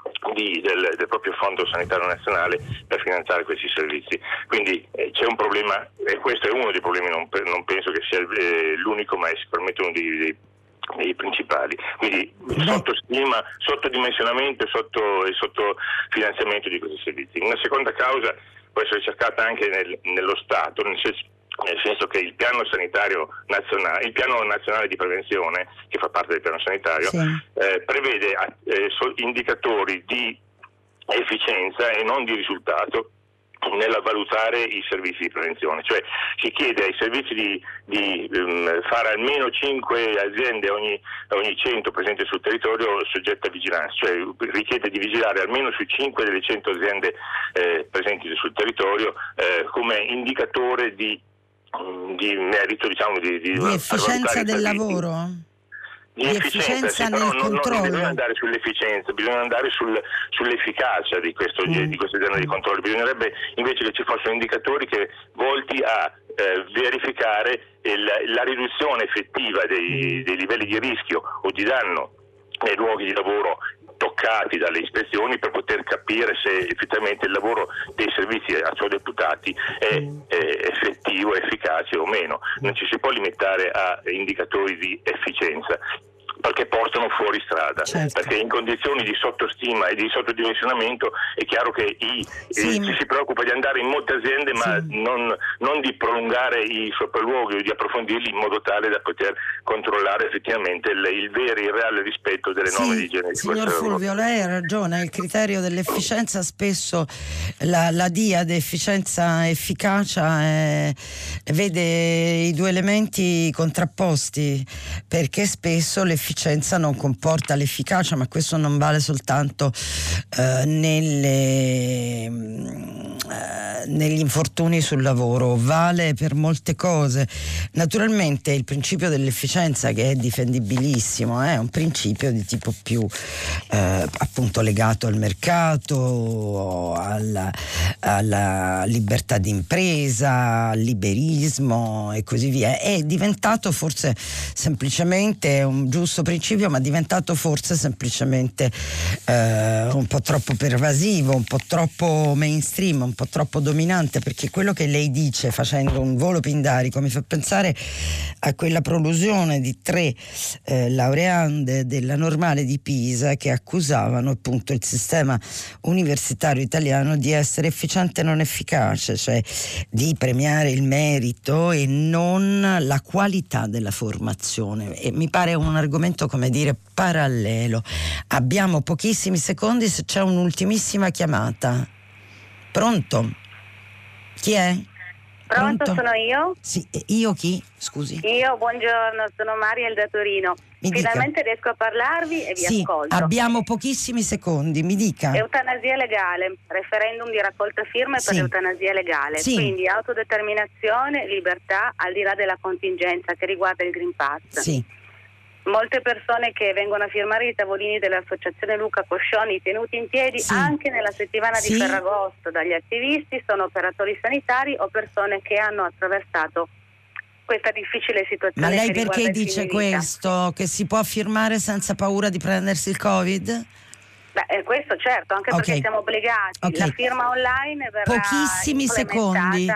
S11: del proprio fondo sanitario nazionale per finanziare questi servizi. Quindi c'è un problema, e questo è uno dei problemi, non penso che sia l'unico, ma è sicuramente uno dei principali. Quindi sottostima, sottodimensionamento e sottofinanziamento di questi servizi. Una seconda causa può essere cercata anche nello Stato, nel senso che il piano sanitario nazionale, il piano nazionale di prevenzione, che fa parte del piano sanitario, prevede indicatori di efficienza e non di risultato nella valutare i servizi di prevenzione. Cioè si chiede ai servizi di fare almeno 5 aziende ogni 100 presenti sul territorio soggette a vigilanza, cioè richiede di vigilare almeno su 5 delle 100 aziende presenti sul territorio come indicatore di merito, diciamo, di
S2: efficienza del lavoro?
S11: Di efficienza
S2: nel controllo.
S11: Non bisogna andare sull'efficienza, bisogna andare sull'efficacia di questo genere di controlli. Bisognerebbe invece che ci fossero indicatori volti a verificare la riduzione effettiva dei livelli di rischio o di danno nei luoghi di lavoro toccati dalle ispezioni, per poter capire se effettivamente il lavoro dei servizi a ciò deputati è effettivo, efficace o meno. Non ci si può limitare a indicatori di efficienza, perché portano fuori strada, perché in condizioni di sottostima e di sottodimensionamento è chiaro che ci si preoccupa di andare in molte aziende, ma non di prolungare i sopralluoghi o di approfondirli in modo tale da poter controllare effettivamente il reale rispetto delle norme di igiene.
S2: Signor Fulvio, lei ha ragione, il criterio dell'efficienza spesso la DIA di efficienza efficacia vede i due elementi contrapposti, perché spesso l'efficienza non comporta l'efficacia, ma questo non vale soltanto negli infortuni sul lavoro, vale per molte cose. Naturalmente il principio dell'efficienza, che è difendibilissimo, è un principio di tipo più appunto legato al mercato, alla libertà di impresa, al liberismo e così via. È diventato forse semplicemente un giusto principio, ma è diventato forse semplicemente un po' troppo pervasivo, un po' troppo mainstream, un po' troppo dominante, perché quello che lei dice, facendo un volo pindarico, mi fa pensare a quella prolusione di 3 laureande della Normale di Pisa che accusavano appunto il sistema universitario italiano di essere efficiente e non efficace, cioè di premiare il merito e non la qualità della formazione. E mi pare un argomento, come dire, parallelo. Abbiamo pochissimi secondi, se c'è un'ultimissima chiamata. Pronto? Chi è?
S12: Pronto, sono io?
S2: Sì, io chi? Scusi.
S12: Io, buongiorno, sono Mariel da Torino. Finalmente riesco a parlarvi e vi ascolto.
S2: Abbiamo pochissimi secondi, mi dica.
S12: Eutanasia legale, referendum di raccolta firme per l'eutanasia legale, quindi autodeterminazione, libertà al di là della contingenza che riguarda il Green Pass. molte persone che vengono a firmare i tavolini dell'associazione Luca Coscioni tenuti in piedi anche nella settimana di Ferragosto dagli attivisti sono operatori sanitari o persone che hanno attraversato questa difficile situazione.
S2: Ma lei perché dice questo? Che si può firmare senza paura di prendersi il Covid?
S12: Beh, questo certo, anche perché siamo obbligati. La firma online verrà
S2: pochissimi secondi.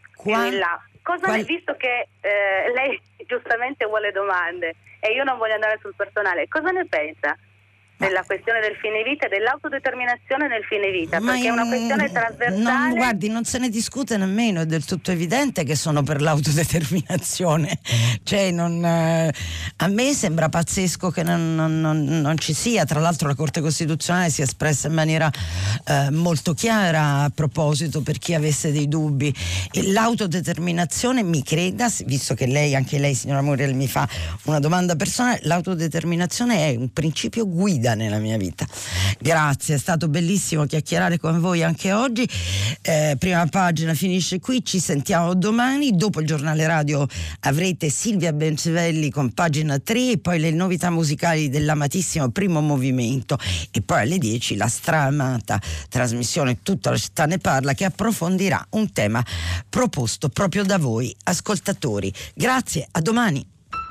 S12: Visto che lei giustamente vuole domande e io non voglio andare sul personale, cosa ne pensa della questione del fine vita e dell'autodeterminazione nel fine vita? Perché è una questione trasversale.
S2: Guardi, non se ne discute nemmeno, è del tutto evidente che sono per l'autodeterminazione. Cioè, a me sembra pazzesco che non ci sia. Tra l'altro la Corte Costituzionale si è espressa in maniera molto chiara a proposito, per chi avesse dei dubbi. E l'autodeterminazione, mi creda, visto che anche lei signora Muriel mi fa una domanda personale, l'autodeterminazione è un principio guida nella mia vita. Grazie, è stato bellissimo chiacchierare con voi anche oggi. Prima pagina finisce qui, ci sentiamo domani. Dopo il giornale radio avrete Silvia Bencivelli con pagina 3 e poi le novità musicali dell'amatissimo Primo Movimento, e poi alle 10 la straamata trasmissione Tutta la città ne parla, che approfondirà un tema proposto proprio da voi ascoltatori. Grazie, a domani.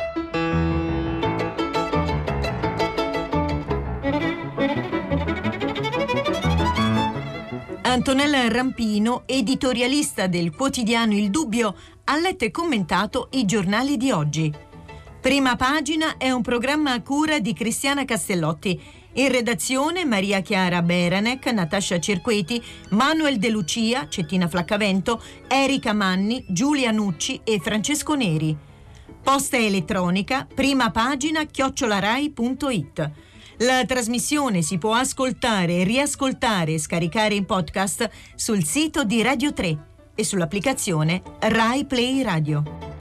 S1: Antonella Rampino, editorialista del quotidiano Il Dubbio, ha letto e commentato i giornali di oggi. Prima pagina è un programma a cura di Cristiana Castellotti. In redazione Maria Chiara Beranec, Natascia Cerqueti, Manuel De Lucia, Cettina Flaccavento, Erika Manni, Giulia Nucci e Francesco Neri. Posta elettronica primapagina@rai.it. La trasmissione si può ascoltare, riascoltare e scaricare in podcast sul sito di Radio 3 e sull'applicazione Rai Play Radio.